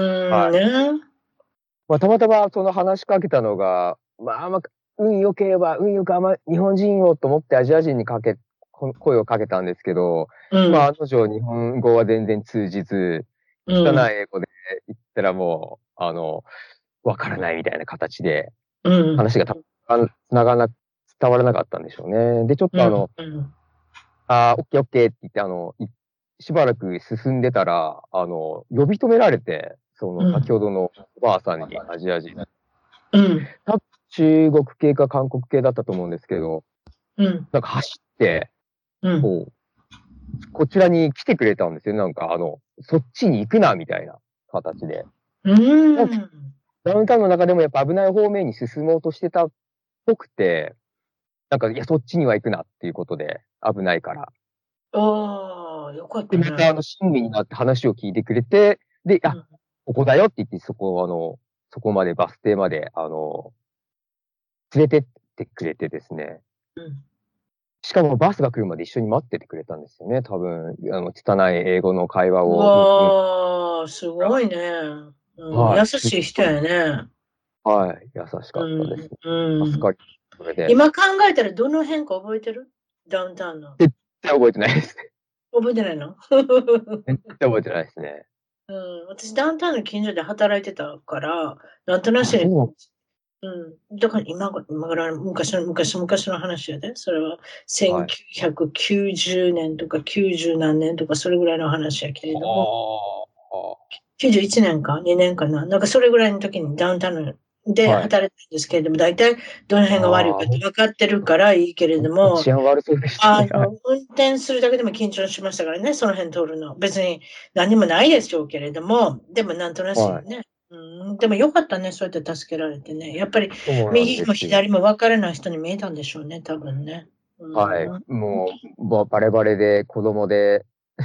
たまたまその話しかけたのが、運良ければ、運よく日本人をと思ってアジア人に声をかけたんですけど、案の定日本語は全然通じず、汚い英語で言ったらもう、わからないみたいな形で、話が伝わらなかったんでしょうね。で、ちょっとオッケーオッケーって言って、しばらく進んでたら、呼び止められて、先ほどのおばあさんに、アジア人。多分中国系か韓国系だったと思うんですけど、なんか走って、こちらに来てくれたんですよ。そっちに行くな、みたいな形で。ダウンタウンの中でもやっぱ危ない方面に進もうとしてたっぽくて、いや、そっちには行くなっていうことで、危ないから。 よかったね。 で、また親身になって話を聞いてくれて、で、ここだよって言って、そこまでバス停まで、連れてってくれてですね。しかもバスが来るまで一緒に待っててくれたんですよね、多分。拙い英語の会話を。すごいね。優しい人やね。 はい、優しかったです。助かり、それで。 今考えたらどの辺か覚えてる？ダウンタウンの。 絶対覚えてないですね。 覚えてないの？ 絶対覚えてないですね。 私ダウンタウンの近所で働いてたから、なんとなしに、だから今から昔の話やで。それは1990年とか90何年とかそれぐらいの話やけれども、91年か2年かな。なんかそれぐらいの時にダウンタウンで働いてるんですけれども、大体どの辺が悪いかって分かってるからいいけれども、 治安悪そうでしたね。 運転するだけでも緊張しましたからね、その辺通るの。別に何もないでしょうけれども、でもなんとなしね。でもよかったね、そうやって助けられてね。やっぱり右も左も分からない人に見えたんでしょうね、多分ね。 もうバレバレで子供で、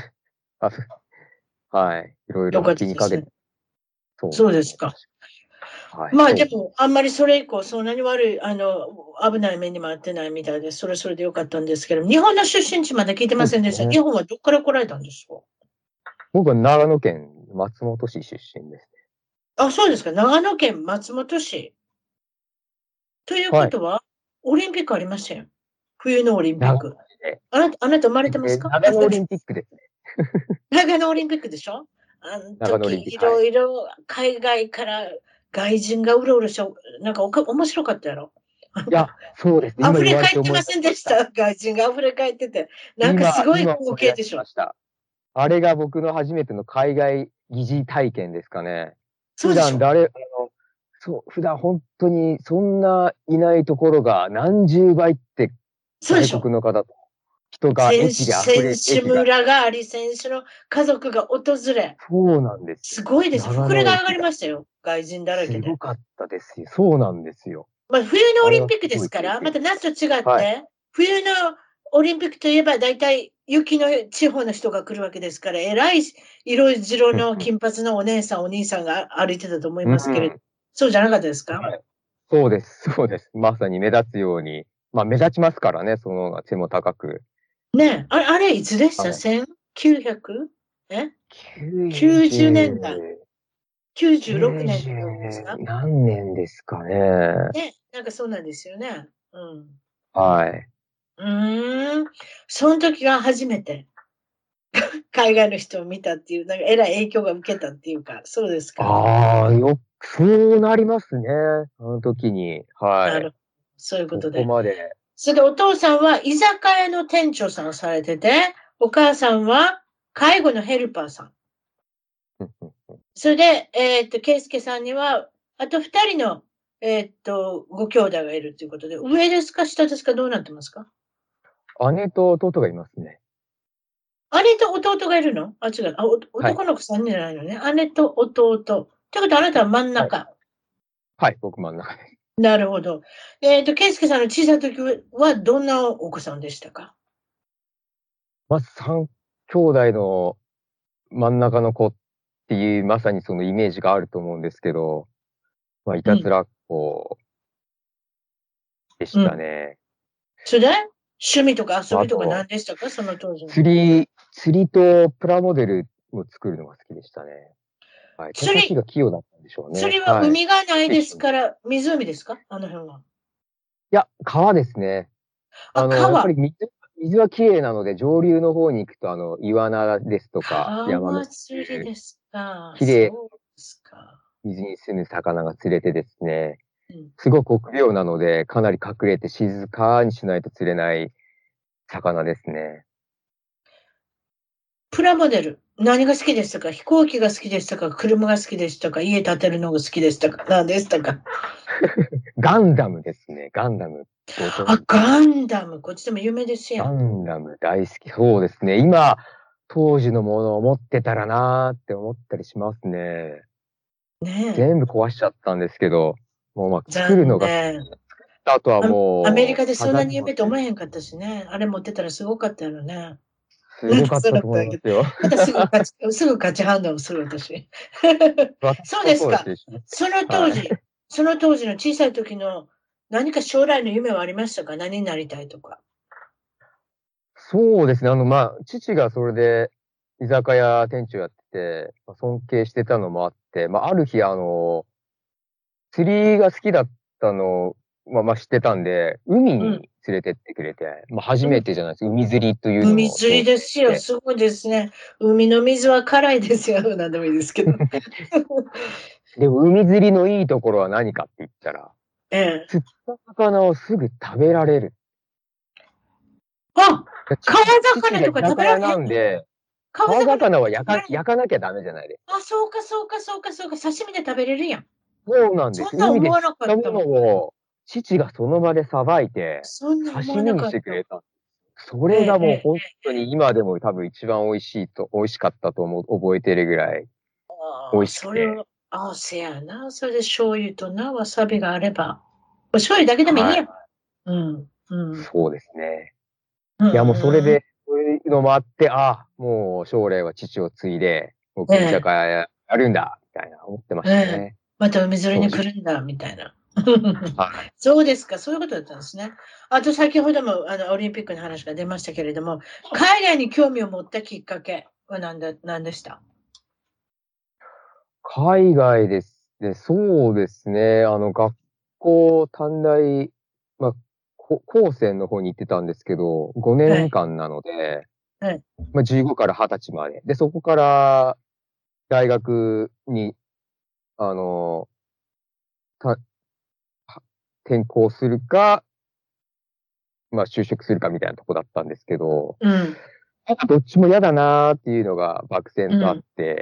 いろいろ気にかけて。 そうですか。でも、あんまりそれ以降、そんなに悪い、危ない目にも遭ってないみたいで、それでよかったんですけど、日本の出身地まだ聞いてませんでした。日本はどこから来られたんですか？ 僕は長野県松本市出身ですね。そうですか。長野県松本市。ということは、オリンピックありましたよ。冬のオリンピック。あなた生まれてますか？ 長野オリンピックですね。 長野オリンピックでしょ？いろいろ海外から外人がうろうろして、なんか面白かったやろ。 いや、そうですね。 溢れ返ってませんでした。外人が溢れ返ってて。なんかすごい光景でしょ。 あれが僕の初めての海外疑似体験ですかね。 そうでしょ。 普段本当にそんないないところが何十倍って外国の方と人が駅で溢れて。 選手村があり、選手の家族が訪れ。 そうなんです。 すごいです。膨れが上がりましたよ。外人だらけで。 すごかったですよ。そうなんですよ。 まあ、冬のオリンピックですから、また夏と違って、はい、冬のオリンピックといえば大体雪の地方の人が来るわけですから、えらい色白の金髪のお姉さん、お兄さんが歩いてたと思いますけれど、そうじゃなかったですか？ はい、そうです、そうです。まさに目立つように。まあ目立ちますからね、その背も高く。 ねえ、あれいつでした？ 1900？ 90年代。96年ですか？ 何年ですかね。 ね、なんかそうなんですよね。うん。 はい。 その時が初めて海外の人を見たっていう、なんかえらい影響が受けたっていうか、そうですか。 ああ、そうなりますね。あの時に。はい。 そういうことで。 ここまで。 それでお父さんは居酒屋の店長さんをされてて、お母さんは介護のヘルパーさん。それで、圭介さんには、あと2人の、ご兄弟がいるということで、上ですか下ですかどうなってますか？ 姉と弟がいますね。 姉と弟がいるの？あ、違う。男の子3人じゃないのね。姉と弟。ってことはあなたは真ん中。 はい、僕真ん中です。 なるほど。圭介さんの小さい時はどんなお子さんでしたか？ まず3兄弟の真ん中の子っていう、まさにそのイメージがあると思うんですけど、まあ、いたずらっ子でしたね。 それで趣味とか遊びとか何でしたか？その当時の。 釣りとプラモデルを作るのが好きでしたね。はい。手先が器用だったんでしょうね。 釣りは海がないですから、湖ですか？あの辺は。 いや、川ですね。やっぱり水は綺麗なので、上流の方に行くと、イワナですとか、山の釣りですか。 綺麗、 そうですか。 水に住む魚が釣れてですね、すごく臆病なので、かなり隠れて静かにしないと釣れない魚ですね。 プラモデル、何が好きでしたか？飛行機が好きでしたか？車が好きでしたか？家建てるのが好きでしたか？何でしたか？ ガンダムですね、ガンダム。 ガンダム。こっちでも有名ですよ。 ガンダム大好き。そうですね。今、当時のものを持ってたらなーって思ったりしますね。全部壊しちゃったんですけど、もうまあ作るのが、あとはもう、 アメリカでそんなに夢と思えへんかったしね。あれ持ってたらすごかったよね。 すごかったと思いますよ。 またすぐ勝ち判断をする私。そうですか。その当時の小さい時の何か将来の夢はありましたか？何になりたいとか。 そうですね。まあ、父がそれで居酒屋店長やってて、尊敬してたのもあって、まあ、ある日、釣りが好きだったのを、まあ、知ってたんで、海に連れてってくれて、まあ、初めてじゃないですか。海釣りというのも。 海釣りですよ。すごいですね。海の水は辛いですよ。何でもいいですけど。 でも、海釣りのいいところは何かって言ったら、釣った魚をすぐ食べられる。 あ、川魚とか食べられるなんで、川魚は焼かなきゃダメじゃないですか。 あ、そうか。刺身で食べれるやん。 そうなんです。 そんな思わなかった海で釣ったものを、父がその場でさばいて、刺身にしてくれた。それがもう本当に今でも多分一番美味しかったと覚えてるぐらい美味しくて。 せやな。それで醤油とな、わさびがあれば。醤油だけでもいいや。 そうですね。いやもうそれで、そういうのもあって、もう将来は父を継いで、僕居酒屋やるんだ、みたいな思ってましたね。 また海釣りに来るんだ、みたいな。そうですか、そういうことだったんですね。あと先ほどもオリンピックの話が出ましたけれども、海外に興味を持ったきっかけは何でした？ 海外ですね、そうですね。学校、短大、まあ、高専の方に行ってたんですけど、5年間なので、まあ、15から20歳まで。で、そこから大学に、 転校するか、まあ就職するかみたいなとこだったんですけど、どっちも嫌だなーっていうのが漠然とあって、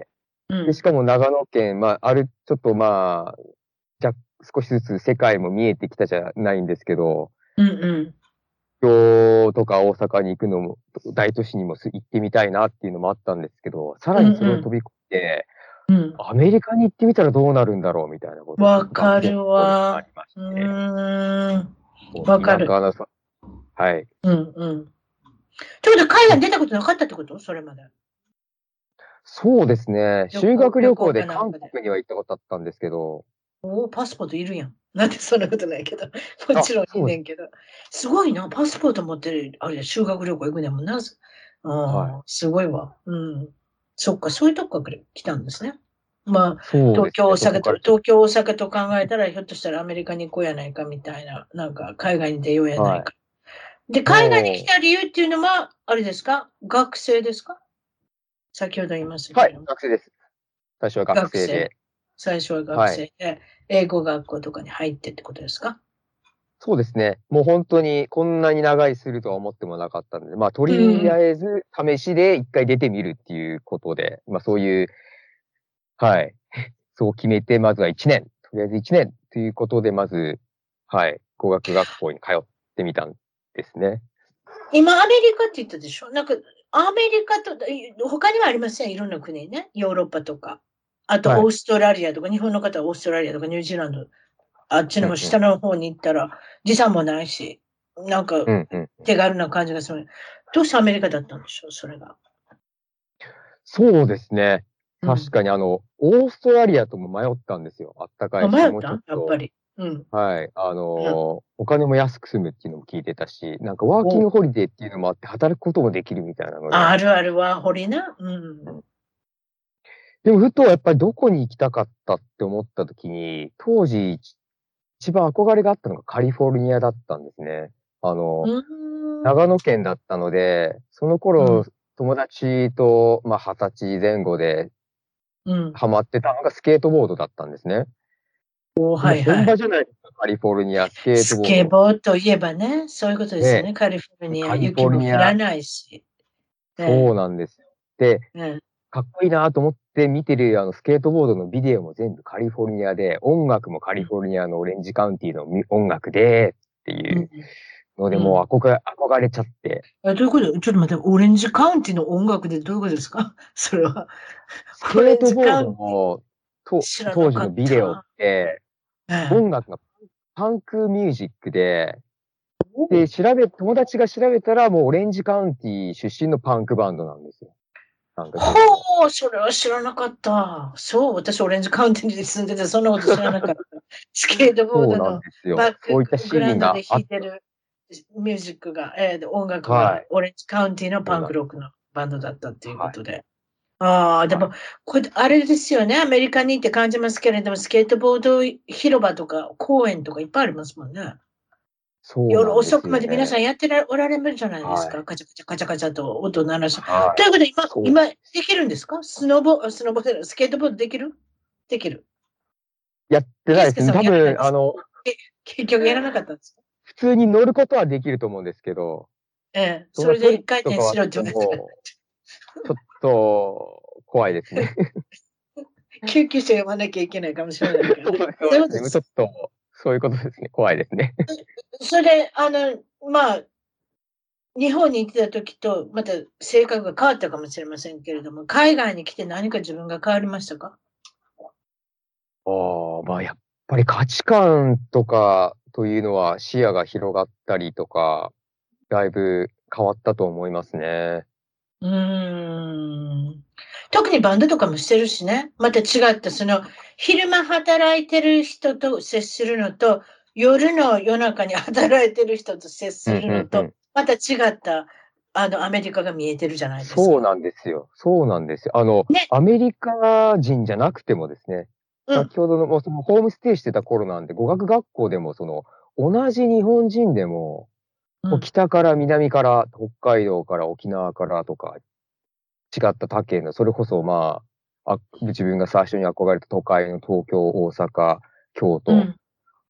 で、しかも長野県、まあ、ちょっとまあ、少しずつ世界も見えてきたじゃないんですけど、東京とか大阪に行くのも、大都市にも行ってみたいなっていうのもあったんですけど、さらにそれを飛び越えて、アメリカに行ってみたらどうなるんだろうみたいなことわかるわ。 ありまして。 わかる。 はい。 ということで、海外に出たことなかったってことそれまで。 そうですね。修学旅行で韓国には行ったことあったんですけど。 パスポートいるやん。なんでそんなことないけど。もちろんいいねんけど。すごいな。パスポート持ってる、あれ、修学旅行行くねんもんな。すごいわ。そっか、そういうとこから来たんですね。まあ、東京、大阪と考えたら、ひょっとしたらアメリカに行こうやないかみたいな、なんか海外に出ようやないか。で、海外に来た理由っていうのは、あれですか？学生ですか？先ほど言いましたけど。 はい、学生です。最初は学生で。 最初は学生で、英語学校とかに入ってってことですか？ そうですね。もう本当にこんなに長居するとは思ってもなかったので、まあとりあえず試しで一回出てみるっていうことで、まあそういう、はい、そう決めて、まずは1年、とりあえず1年ということで、まず、はい、語学学校に通ってみたんですね。 今アメリカって言ったでしょ？なんか、アメリカと、他にはありません？いろんな国ね。ヨーロッパとか。あと、オーストラリアとか、日本の方はオーストラリアとかニュージーランド、あっちの下の方に行ったら、時差もないし、なんか、手軽な感じがする。どうしてアメリカだったんでしょう、それが。 そうですね。確かにオーストラリアとも迷ったんですよ。あったかいし、もうちょっと。 やっぱり。 はい。お金も安く済むっていうのも聞いてたし、なんかワーキングホリデーっていうのもあって働くこともできるみたいなので。 あるあるワーホリな。 でもふとやっぱりどこに行きたかったって思った時に、当時一番憧れがあったのがカリフォルニアだったんですね。長野県だったので、その頃、友達と、まあ、20歳前後で、ハマってたのがスケートボードだったんですね。本場じゃないですか、カリフォルニア、スケートボード。 スケボーといえばね、そういうことですよね、カリフォルニア。雪も降らないし。 そうなんですよ。で、かっこいいなと思って見てるスケートボードのビデオも全部カリフォルニアで、音楽もカリフォルニアのオレンジカウンティの音楽でっていうので、もう憧れちゃって。 どういうこと？ちょっと待って、オレンジカウンティの音楽でどういうことですか？それは。 スケートボードの当時のビデオって、音楽がパンクミュージックで、で、友達が調べたら、もうオレンジカウンティ出身のパンクバンドなんですよ。 ほう、それは知らなかった。そう、私オレンジカウンティに住んでて、そんなこと知らなかった。スケートボードのバックグラウンドで弾いてるミュージックが、音楽がオレンジカウンティのパンクロックのバンドだったっていうことで。でも、これ、あれですよね、アメリカにって感じますけれども、スケートボード広場とか公園とかいっぱいありますもんね。夜遅くまで皆さんやっておられるじゃないですか。カチャカチャカチャカチャと音鳴らし。ということで、今、できるんですか？スケートボードできる？できる。 やってないですね。多分、 結局やらなかったんですか？ 普通に乗ることはできると思うんですけど。 それで一回転しろって言われたら。 ちょっと、怖いですね。 救急車呼ばなきゃいけないかもしれないけど。 そうですね。ちょっと、そういうことですね。怖いですね。 それで、まあ、日本に行ってた時と、また性格が変わったかもしれませんけれども、海外に来て何か自分が変わりましたか？ まあ、やっぱり価値観とかというのは視野が広がったりとか、だいぶ変わったと思いますね。 特にバンドとかもしてるしね。また違った、昼間働いてる人と接するのと、夜中に働いてる人と接するのと、また違った、アメリカが見えてるじゃないですか。 そうなんですよ。そうなんですよ。アメリカ人じゃなくてもですね、先ほどの、そのホームステイしてた頃なんで、語学学校でも、同じ日本人でも、北から南から、北海道から沖縄からとか、違った他県の、それこそ自分が最初に憧れた都会の東京、大阪、京都、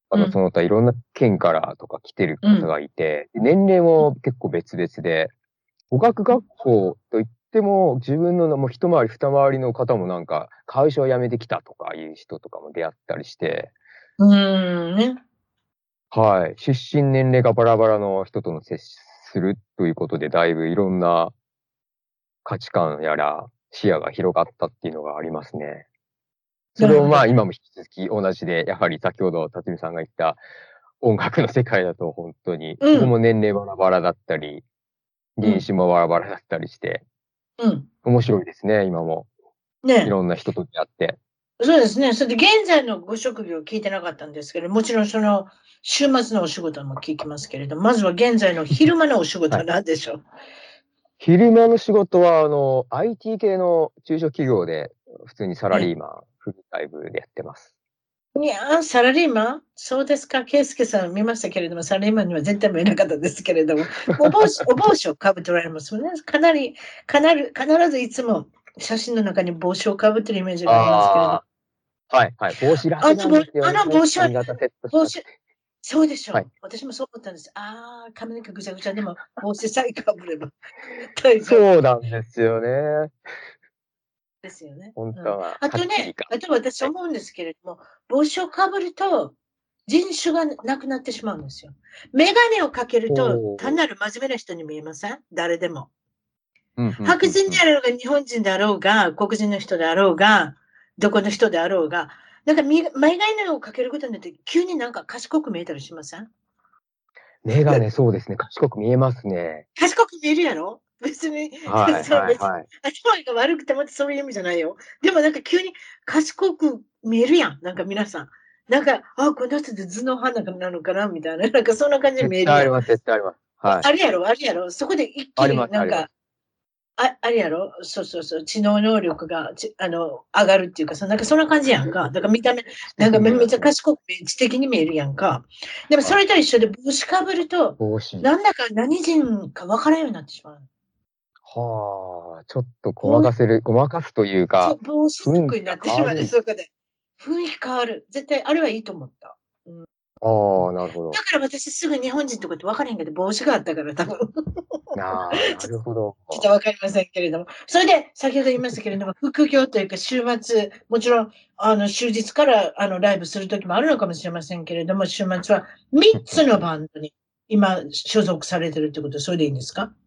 その他いろんな県からとか来てる方がいて、年齢も結構別々で、語学学校といっても、自分のもう一回り二回りの方もなんか、会社を辞めてきたとかいう人とかも出会ったりして、 ね。 はい。出身年齢がバラバラの人との接するということで、だいぶいろんな価値観やら視野が広がったっていうのがありますね。それをまあ今も引き続き同じで、やはり先ほど辰巳さんが言った音楽の世界だと本当に、そこも年齢バラバラだったり、人種もバラバラだったりして、面白いですね、今も。ね。いろんな人と出会って。 そうですね。それで現在のご職業聞いてなかったんですけど、もちろんその週末のお仕事も聞きますけれど、まずは現在の昼間のお仕事は何でしょう？はい、 昼間の仕事は、IT 系の中小企業で、普通にサラリーマン、フルタイムでやってます。 いやー、サラリーマンそうですか。圭介さん見ましたけれども、サラリーマンには絶対見えなかったですけれども、お帽子をかぶっておられますもんね。必ずいつも写真の中に帽子をかぶってるイメージがありますけれど。 はい、はい。帽子楽なんですよね。 帽子は、 帽子、 そうでしょう。はい、私もそう思ったんです。髪の毛ぐちゃぐちゃでも帽子さえかぶれば大丈夫。そうなんですよね。 ですよね。 本当は。 あとね、私思うんですけれども、帽子をかぶると人種がなくなってしまうんですよ。メガネをかけると単なる真面目な人に見えません？誰でも。白人であろうが、日本人であろうが、黒人の人であろうが、どこの人であろうが、なんかメガネをかけることによって、急になんか賢く見えたりしません？ メガネ、そうですね。賢く見えますね。 賢く見えるやろ？別に、 はいはいはい、 頭が悪くてもそういう意味じゃないよ。でもなんか急に賢く見えるやん。なんか皆さん。なんか、この人で頭脳派なのかなみたいな。なんかそんな感じで見えるやん。 絶対あります、絶対あります。はい。 あれやろ。そこで一気になんか、あれやろそう、知能能力が、上がるっていうかさ、なんかそんな感じやんか。だから見た目、なんかめっちゃ賢く知的に見えるやんか。でもそれと一緒で帽子かぶると、なんだか何人か分からんようになってしまう。 はあ、ちょっとごまかすというか、 帽子服になってしまう、そこで。雰囲気変わる。絶対、あれはいいと思った。 なるほど。 だから私すぐ日本人とかって分からへんけど、帽子があったから多分。 なるほど。 ちょっと分かりませんけれども。それで、先ほど言いましたけれども、副業というか週末、もちろん、終日からライブするときもあるのかもしれませんけれども、週末は3つのバンドに今所属されてるってこと、それでいいんですか？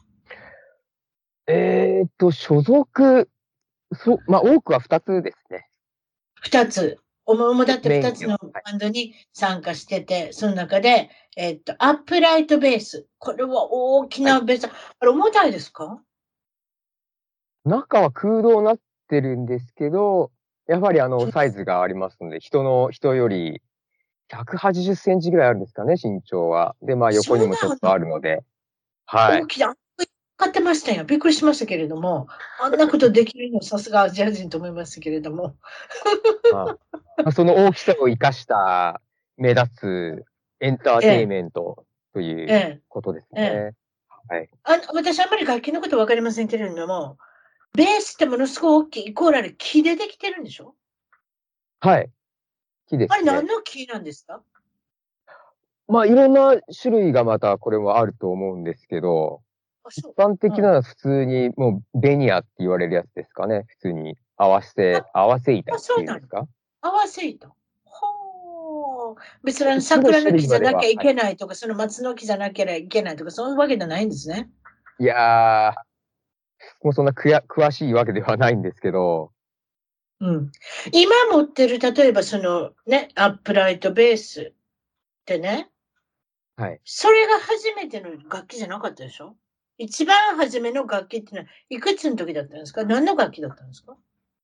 所属、多くは2つですね。 2つ。主だって2つのバンドに参加してて、その中で、アップライトベース。これは大きなベース。あれ、重たいですか？ 中は空洞になってるんですけど、やはりサイズがありますので、人より180センチぐらいあるんですかね、身長は。で、横にもちょっとあるので。はい。 大きな。買ってましたよ。びっくりしましたけれども、あんなことできるのさすがアジア人と思いますけれども。 その大きさを生かした目立つエンターテイメントということですね。はい。 私あんまり楽器のこと分かりませんけれども、ベースってものすごい大きい、イコールあれ木でできてるんでしょ？ はい。木ですね。 あれ何の木なんですか？ いろんな種類がまたこれもあると思うんですけど、一般的なのは普通にもうベニヤって言われるやつですかね。普通に合わせ板っていうんですか？ 合わせ板。ほー。別に桜の木じゃなきゃいけないとか、その松の木じゃなきゃいけないとか、そういうわけじゃないんですね。 いやー、もうそんな詳しいわけではないんですけど。 今持ってる、例えばそのね、アップライトベースってね、 はい。 それが初めての楽器じゃなかったでしょ？一番初めの楽器ってのは、いくつの時だったんですか？何の楽器だったんですか？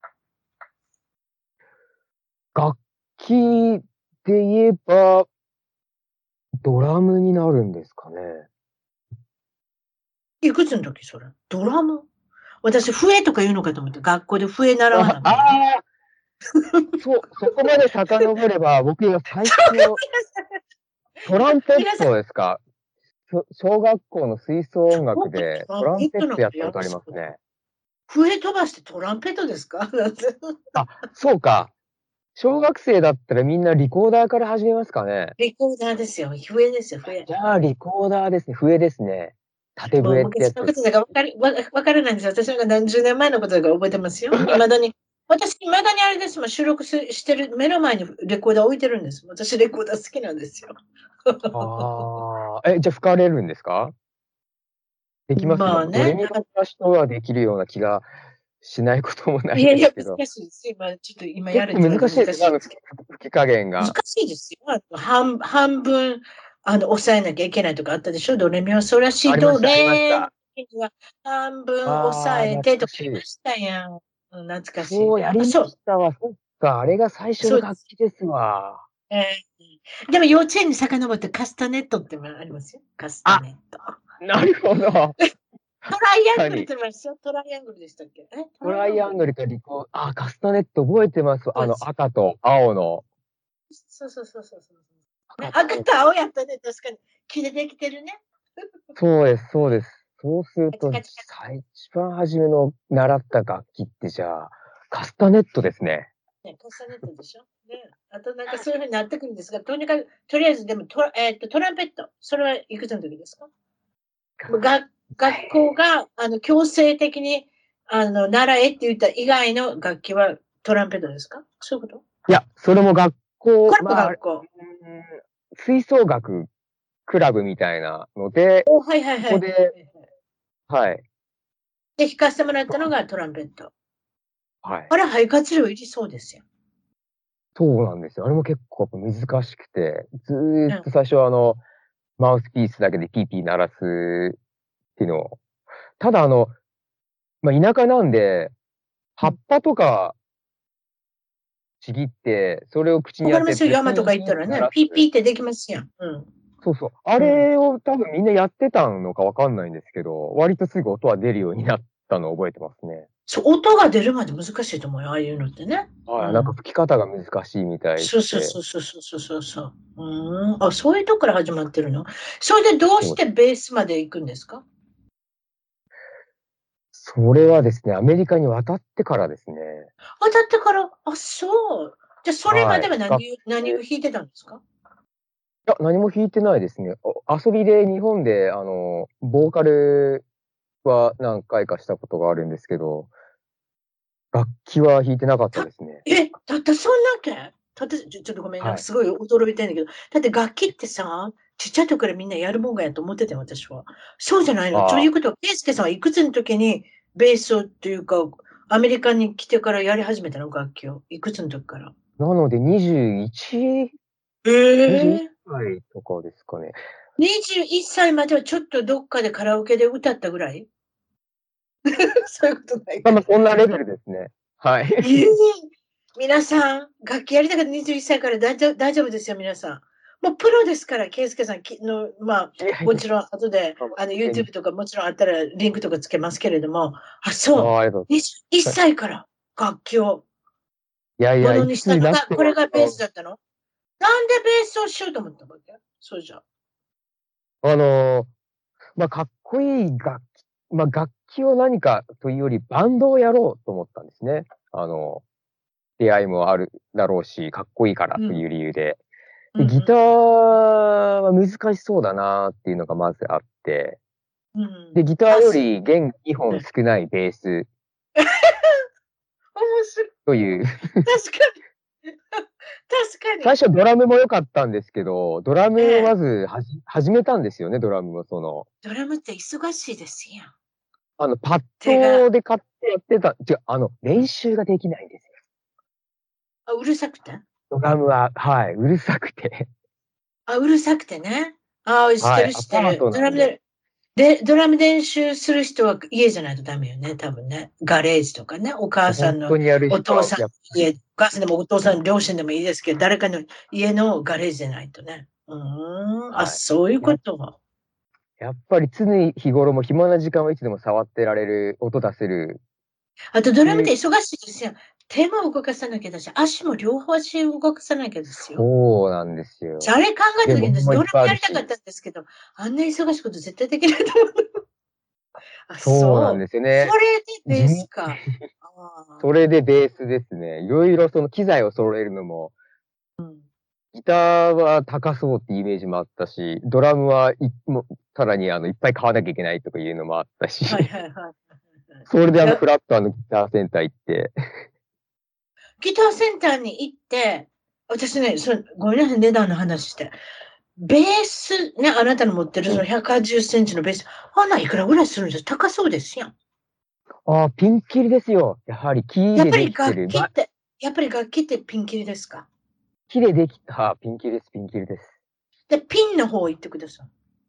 楽器で言えば、ドラムになるんですかね。 いくつの時それ？ドラム？私、笛とか言うのかと思って、学校で笛習わなかった。 そこまで遡れば、僕が最近のトランペットですか？小学校の吹奏音楽でトランペットやったことありますね。 笛飛ばしてトランペットですか？ そうか。 小学生だったらみんなリコーダーから始めますかね。 リコーダーですよ。笛ですよ、笛。 じゃあ、リコーダーですね。笛ですね。縦笛ってやつ。 昔のことだからわからないんですよ。私が何十年前のことだから覚えてますよ。いまだに。私、いまだにあれですもん、収録してる目の前にレコーダー置いてるんです。私、レコーダー好きなんですよ。 ああ、じゃあ吹かれるんですか？できます？ まあね。 ドレミファソラシドはできるような気がしないこともないいやいや、 ですけど。 難しいですよ。ちょっと今や結構れって言われて難しいですよ、 難しいです。 吹き加減難が。 しいですよ。半分、抑えなきゃいけないとかあったでしょ。ドレミファソラシド、 ありました、ありましレのた。 時には半分抑ああ、懐えてとかかしい。 ありましたやん。懐かしい。 そう、やりあ、 まそう。 したわ。そっか、あれが最初のそうです。 楽器ですわ。 でも幼稚園に遡ってカスタネットってありますよ。カスタあ、 ネット。 なるほど。 トライアングルっ確かに。 て言いますよ。トライアングルでしたっけ？トトライアングル。 ライアングルとカスタネット覚えてます。 そうです。 赤と青の。 そう。ね、 赤と青。 赤と青やったね。確かに。木でできてるね。 そうです、そうです。そうするカチと、 カチカチ。 一番初めの習った楽器ってじゃあ、カスタネットですね。 ね、カスタネットでしょ。ね。あとなんかそういうふうになってくるんですが、とりあえずでもトランペット。それはいくつの時ですか？学校が、強制的に、習えって言った以外の楽器はトランペットですか？そういうこと？ いや、それも学校、 これも学校。 吹奏楽クラブみたいなので、 はいはいはい。 そこで、はい。 で、弾かせてもらったのがトランペット。 はい。 あれ、肺活量いりそうですよ。 そうなんですよ。あれも結構難しくて、ずーっうん。 と最初はマウスピースだけでピーピー鳴らすっていうのを。ただ田舎なんで、葉っぱとかちぎって、それを口に当てわかりますよ。山とてピーピーか行ったらね、 って鳴らす。 ピーピーってできますやん。うん。 そうそう。あうん。 れを多分みんなやってたのかわかんないんですけど、割とすぐ音は出るようになったのを覚えてますね。 そう、音が出るまで難しいと思うよ。ああいうのってね。うはい。なんかん。 吹き方が難しいみたいで。 そう。あ、そういうとこから始まってるの？それでどうそう。 してベースまで行くんですか？ それはですね、アメリカに渡ってからですね。 あ、だってから、あ、そう。じゃあ、それまはい。 では何を弾いてたんですか？ いや、何も弾いてないですね。遊びで日本で、ボーカルは何回かしたことがあるんですけど、楽器は弾いてなかったですね。 たったそんだけちょっとごめん、なんはい。 かすごい驚いてんだけど、だって楽器ってさ、ちっちゃい時からみんなやるもんがやと思ってて、私は。そうじゃないの。とああ、 いうことは、ケイスケさんはいくつの時にベースをっていうか、アメリカに来てからやり始めたの、楽器を。いくつの時から。 なので21、21 ええ歳とかですかね。 21歳まではちょっとどっかでカラオケで歌ったぐらい？そういうことないか。 そんなレベルですね。はい。 ええ皆さん、楽器やりたかった21歳から大丈夫ですよ、皆さん。もうプロですから、圭介さんまあ、 いやいや、 もちろん後で、 急に。 YouTube とかもちろんあったらリンクとかつけますけれども、あ、 ああ、 そう、 ありがとうござい 21 ます。 歳から楽器をいやいや、 ものいくつににしたのが、 なっても、 これがベースだったの？なんでベースをしようと思ったわけ？そうじゃ。 あの、かっこいい楽器を何かというより、バンドをやろうと思ったんですね。出会いもあるだろうし、かっこいいからうん。 という理由で。で、 うんうんギターは難しそうだなっていうのがまずあって、 うん。うで、 ん。 ギターあ、 より弦2本うん。 少ないベース面白い。 という、 確かに。確かに。 最初ドラムも良かったんですけど、ドラムをまええず始めたんですよね、ドラムもドラムって忙しいですやん。 パッ手が、 ドで買ってやってた、 うん。 練習ができないんですよ。 あ、うるさくて？ ドラムは、はい、うるさくて。 あ、うるさくてね。ああ、知ってはい、 る知アパーってる。 トなんで。 ドラム練習する人は家じゃないとダメよね、多分ね。ガレージとかね。お母さんの、 本当にやる人は、 お父さんやっぱり、 の家、お母さんでもお父さんの両親でもいいですけど、誰かの家のガレージでないとね。あ、 はい。 そういうこと。 やっぱり常日頃も暇な時間はいつでも触ってられる、音出せるあとドラムってっていう、 忙しいですよ。手も動かさなきゃだし、足も両方足動かさなきゃですよ。 そうなんですよ。 あれ考えで、 た時に私、 物もいっドラムやりたかっぱいあるし。 たんですけど、あんな忙しいこと絶対できないと思う。あ、 そうなんそう。そですよね。 れでベー地味、 スか。 それでベースですね。いろいろその機材を揃えるのも、ギターは高そうってイメージもあったし、ドラムさらにいっぱい買わなきゃいけないとかいうのもあったし、それでフラットギターセンター行って。 ギターセンターに行って、私ね、ごめんなさい、値段の話して。ベース、ね、あなたの持ってるその180センチのベース、あんないくらぐらいするんですか？高そうですやん。 ピンキリですよ。やはり木でできてる。 やっぱり楽器ってピンキリですか？ 木でできた、ピンキリです、ピンキリです。 で、ピンの方行ってください。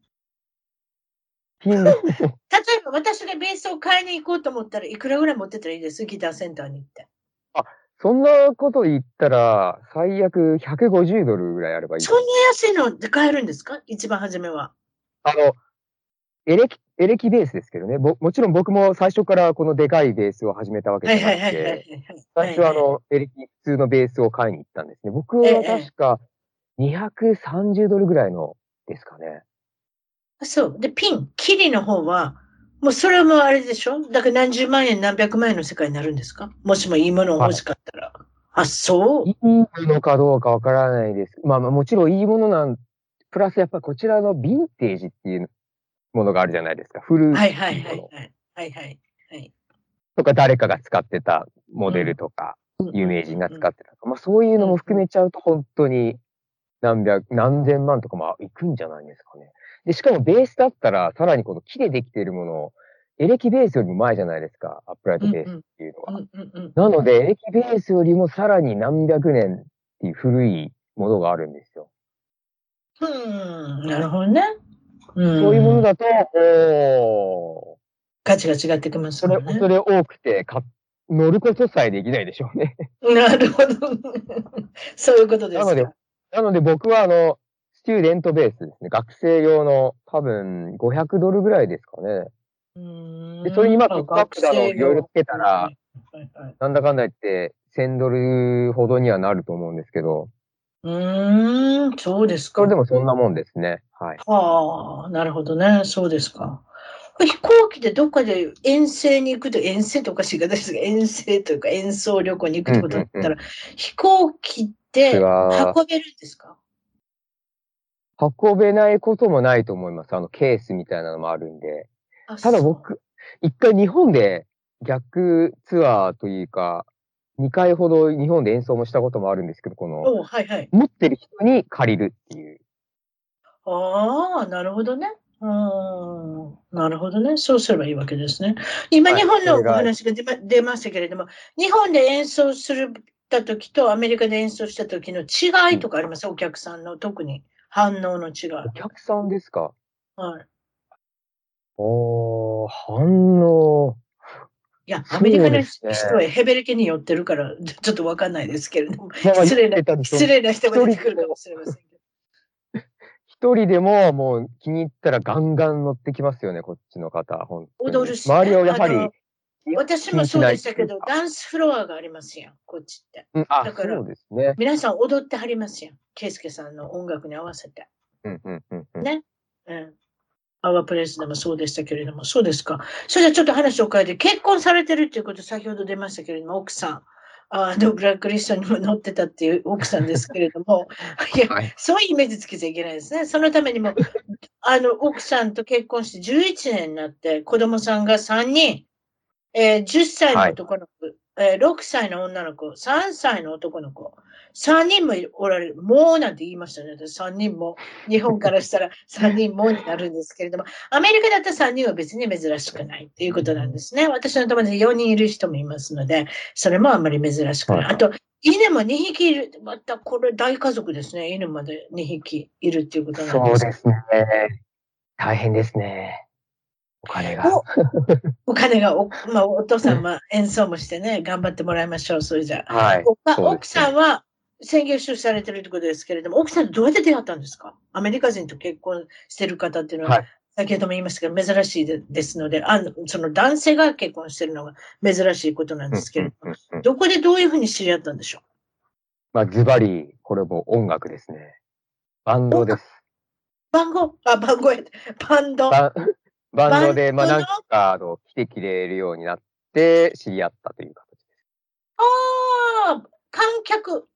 ピンの方。 例えば私がベースを買いに行こうと思ったらいくらぐらい持ってたらいいです？ギターセンターに行って。 そんなこと言ったら、最悪$150ぐらいあればいい。 そんな安いので買えるんですか？一番初めは。 エレキベースですけどね。もちろん僕も最初からこのでかいベースを始めたわけじゃなくて、最初はエレキ普通のベースを買いに行ったんですね。僕は確か$230ぐらいのですかね。 そう。で、キリの方は、もうそれもあれでしょ？だから何十万円、何百万円の世界になるんですか？もしもいいものを欲しかったら。そう？ いいものかどうかわからないです。もちろんいいものプラスやっぱこちらのヴィンテージっていうものがあるじゃないですか。古いもの。とか誰かが使ってたモデルとか、有名人が使ってたとか、そういうのも含めちゃうと本当に何千万とかもいくんじゃないですかね。で、しかもベースだったら、さらにこの木でできているものを、エレキベースよりも前じゃないですか、アップライトベースっていうのは。なので、エレキベースよりもさらに何百年っていう古いものがあるんですよ。 なるほどね。 そういうものだと、 価値が違ってきますもんね。 それ多くて、乗ることさえできないでしょうね。 なるほど。そういうことですか。 なので僕はスチューデントベースですね。学生用の多分$500ぐらいですかね。で、それにピックアップだのいろいろつけたら、なんだかんだ言って$1000ほどにはなると思うんですけど。 そうですか。 それでもそんなもんですね。はい。 はあ、なるほどね。そうですか。飛行機でどっかで遠征に行くと、遠征っておかしい方ですが、遠征というか演奏旅行に行くってことだったら、飛行機って運べるんですか？ 運べないこともないと思います。ケースみたいなのもあるんで。ただ僕、一回日本で逆ツアーというか、2回ほど日本で演奏もしたこともあるんですけど、持ってる人に借りるっていう。 ああ、なるほどね。なるほどね。そうすればいいわけですね。今、日本のお話が出ましたけれども、日本で演奏した時とアメリカで演奏した時の違いとかあります？お客さんの特に反応の違い。 お客さんですか？ はい。 反応。 いや、アメリカの人はヘベレケに寄ってるから、ちょっとわかんないですけれども、失礼な人が出てくるかもしれませんけど。 一人でももう気に入ったらガンガン乗ってきますよね、こっちの方。 踊るし、 周りをやはり。 私もそうでしたけど、ダンスフロアがありますやん、こっちって。だから、皆さん踊ってはりますやん。圭介さんの音楽に合わせて。ね。アワープレイスでもそうでしたけれども、そうですか。それじゃちょっと話を変えて、結婚されてるっていうこと、先ほど出ましたけれども、奥さん。ブラックリストにも載ってたっていう奥さんですけれども、いや、そういうイメージつけちゃいけないですね。そのためにも、奥さんと結婚して11年になって、子供さんが3人、10歳の男の子、6歳の女の子、3歳の男の子、3人もおられる。もうなんて言いましたね。3人も。日本からしたら3人もになるんですけれども、アメリカだったら3人は別に珍しくないっていうことなんですね。私の友達4人いる人もいますので、それもあんまり珍しくない。あと、犬も2匹いる。またこれ大家族ですね。犬まで2匹いるっていうことなんです。 そうですね。大変ですね。お金が。 お金がお父さんは演奏もしてね、頑張ってもらいましょう、それじゃあ。奥さんは専業主婦されてるってことですけれども、奥さんどうやって出会ったんですか？アメリカ人と結婚してる方っていうのは、先ほども言いましたけど、珍しいですので、その男性が結婚してるのが珍しいことなんですけれども、どこでどういうふうに知り合ったんでしょう？ズバリ、これも音楽ですね。バンドです。 バンドバンドで、何か来てくれるようになって知り合ったという形でああ、観客。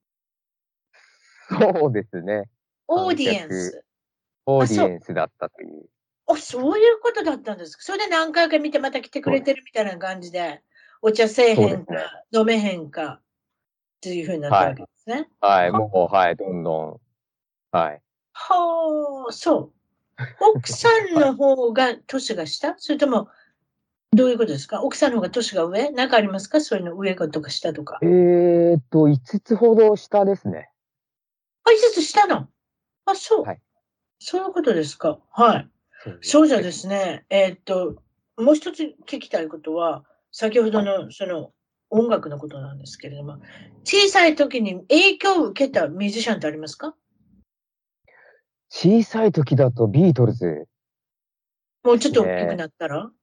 そうですね。 オー観ディエン客、 ス。 オーディそう。 エンスだったという。 そういうことだったんですか。それで何回か見てまた来てくれそうです。 てるみたいな感じで、お茶せえへんか、 そうですね。 飲めへんかっていう風になったはい。 わけですね。 はい、もう、はい、どんどん、はい。 はあ、そう。奥さんはい。 の方が年が下？それとも、どういうことですか？奥さんの方が年が上？なんかありますか？そういうの上かとか下とか。 5つほど下ですね。 あ、5つ下の？あ、そう。 はい。 そういうことですか。はい。 そうそうじゃでです。 すね、もう一つ聞きたいことは、先ほどはい。 のその音楽のことなんですけれども、小さい時に影響を受けたミュージシャンってありますか？ 小さい時だとビートルズでもうちょっと大きくすね。 なったら？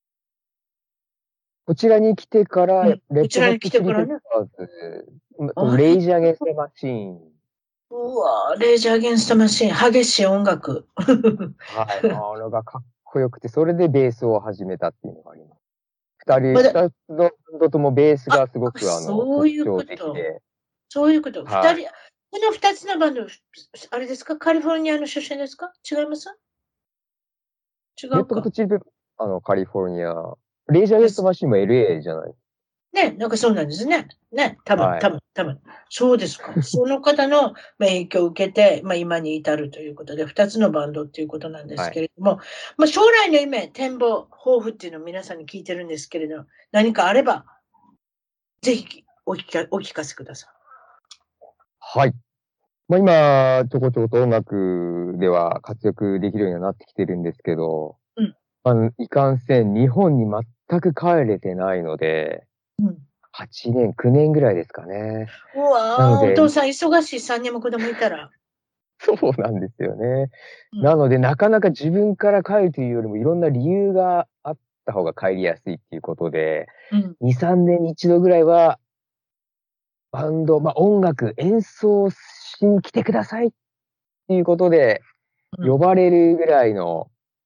こちらに来てから、 うん、 レッドホッこちらに来トチリペッてからね。 パーズ、レあれ、 イジーアゲンストマシーン。 うわ、レイジャー・アゲンスト・マシン、激しい音楽。 はい。あのがかっこよくて、それでベースを始めたっていうのがあります。 まだ、 二つのバンドともベースあ、 がすごくそういう特徴こと。 的で、 そういうこと。 はい。 この二つのバンド、あれですか？カリフォルニアの出身ですか？違います？違レッうか。 ドホットチリペッパー、カリフォルニア、レイジーアゲンストマシーンも LA じゃない。 ね、なんかそうなんですね。ね、多分はい。 多分多分。そうですか。その方の、影響を受けて、今に至るということで、2つのバンドっていうことなんですはい。 けれども、将来の夢、展望、抱負っていうのを皆さんに聞いてるんですけれど、何かあれば、ぜひお聞かせください。 はい。今、ちょこちょこと音楽では活躍できるようにはなってきてるんですけど、 うん。 いかんせん日本に全く帰れてないので、 うん。 8年、9年ぐらいですかね。 うわー、おなので、 父さん忙しい3人も子供いたら。 そうなんですよね。 うん。 なので、なかなか自分から帰るというよりも、いろんな理由があった方が帰りやすいっていうことで、 うん。 2、3年に一度ぐらいは、バンド、音楽演奏しに来てくださいっていうことで、 うん。 呼ばれるぐらいの、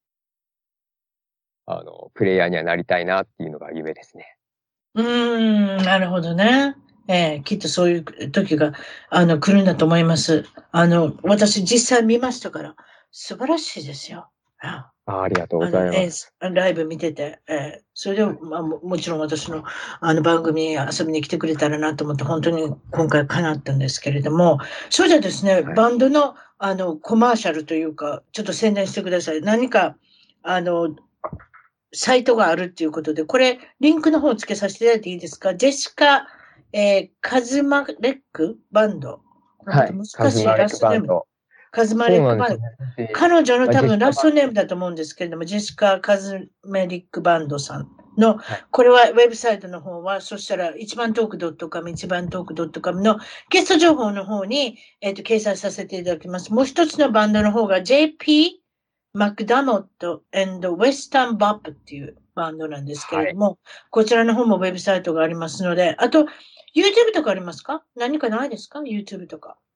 プレイヤーにはなりたいなっていうのが夢ですね。 なるほどね。きっとそういう時が、来るんだと思います。私実際見ましたから、素晴らしいですよ。 ありがとうございます。 ライブ見てて、それで、もちろん私の、番組に遊びに来てくれたらなと思って、本当に今回叶ったんですけれども、それじゃですね、 はい。 バンドの、コマーシャルというか、ちょっと宣伝してください。何か、あの、サイトがあるっていうことで、これ、リンクの方をつけさせていただいていいですか？ジェシカ、カズマレックバンド。これまはい。 た難カズしいマレックラストネーム。 バンド。 カズマレックバンド。 そうなんですよね。で、 彼女の多ジェシ分ラストカバンド。 ネームだと思うんですけれども、ジェシカ・カズメリックバンドさんの、 はい。 これはウェブサイトの方は、そしたら一番トーク .com、一番トーク .com のゲスト情報の方に、掲載させていただきます。もう一つのバンドの方が JP マクダモット and Western Bop っていうバンドなんですけれはい。 ども、こちらの方もウェブサイトがありますので、あと、YouTube とかありますか？何かないですか？ YouTube とか。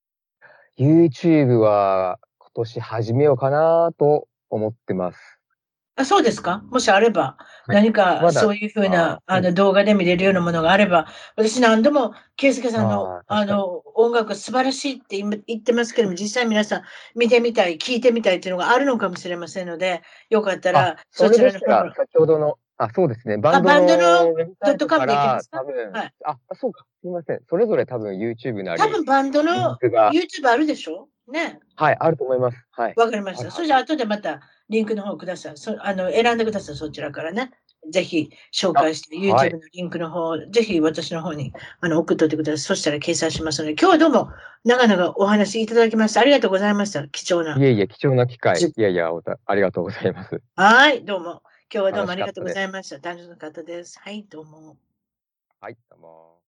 YouTube は今年始めようかなと思ってます。 あ、そうですか？もしあれば、 はい。 何かまだ、 そういう風な、 そうです。 動画で見れるようなものがあれば、私何度も圭介さんの、 確かに。 音楽素晴らしいって今言ってますけども、実際皆さん見てみたい、聞いてみたいっていうのがあるのかもしれませんので、よかったらそそれでしたら、 ちらの方の先ほどの、そうですね、バンドバンドののウェブサイトか .com でいけまらすか？ 多分、 はい。 そうか、すいません。それぞれ多分 YouTube なり、 多分バンドリンのクが、 YouTube あるでしょ？ね。 はい、あると思います。はい。 わかりました。それじゃああるはず。 後でまたリンクの方ください。選んでください、そちらからね。ぜひ紹介して、 は YouTube い。 のリンクの方、ぜひ私の方に送っといてください。そしたら掲載しますので、今日はどうも長々お話いただきましてありがとうございました。貴重な。 いえいえ、貴重な機会。いやいや、ありがとうございます。 はい、どうも。今日はどう楽しもありがとうごかったです。 ざいました。楽しかったです。はい、どうも。 はい、どうも。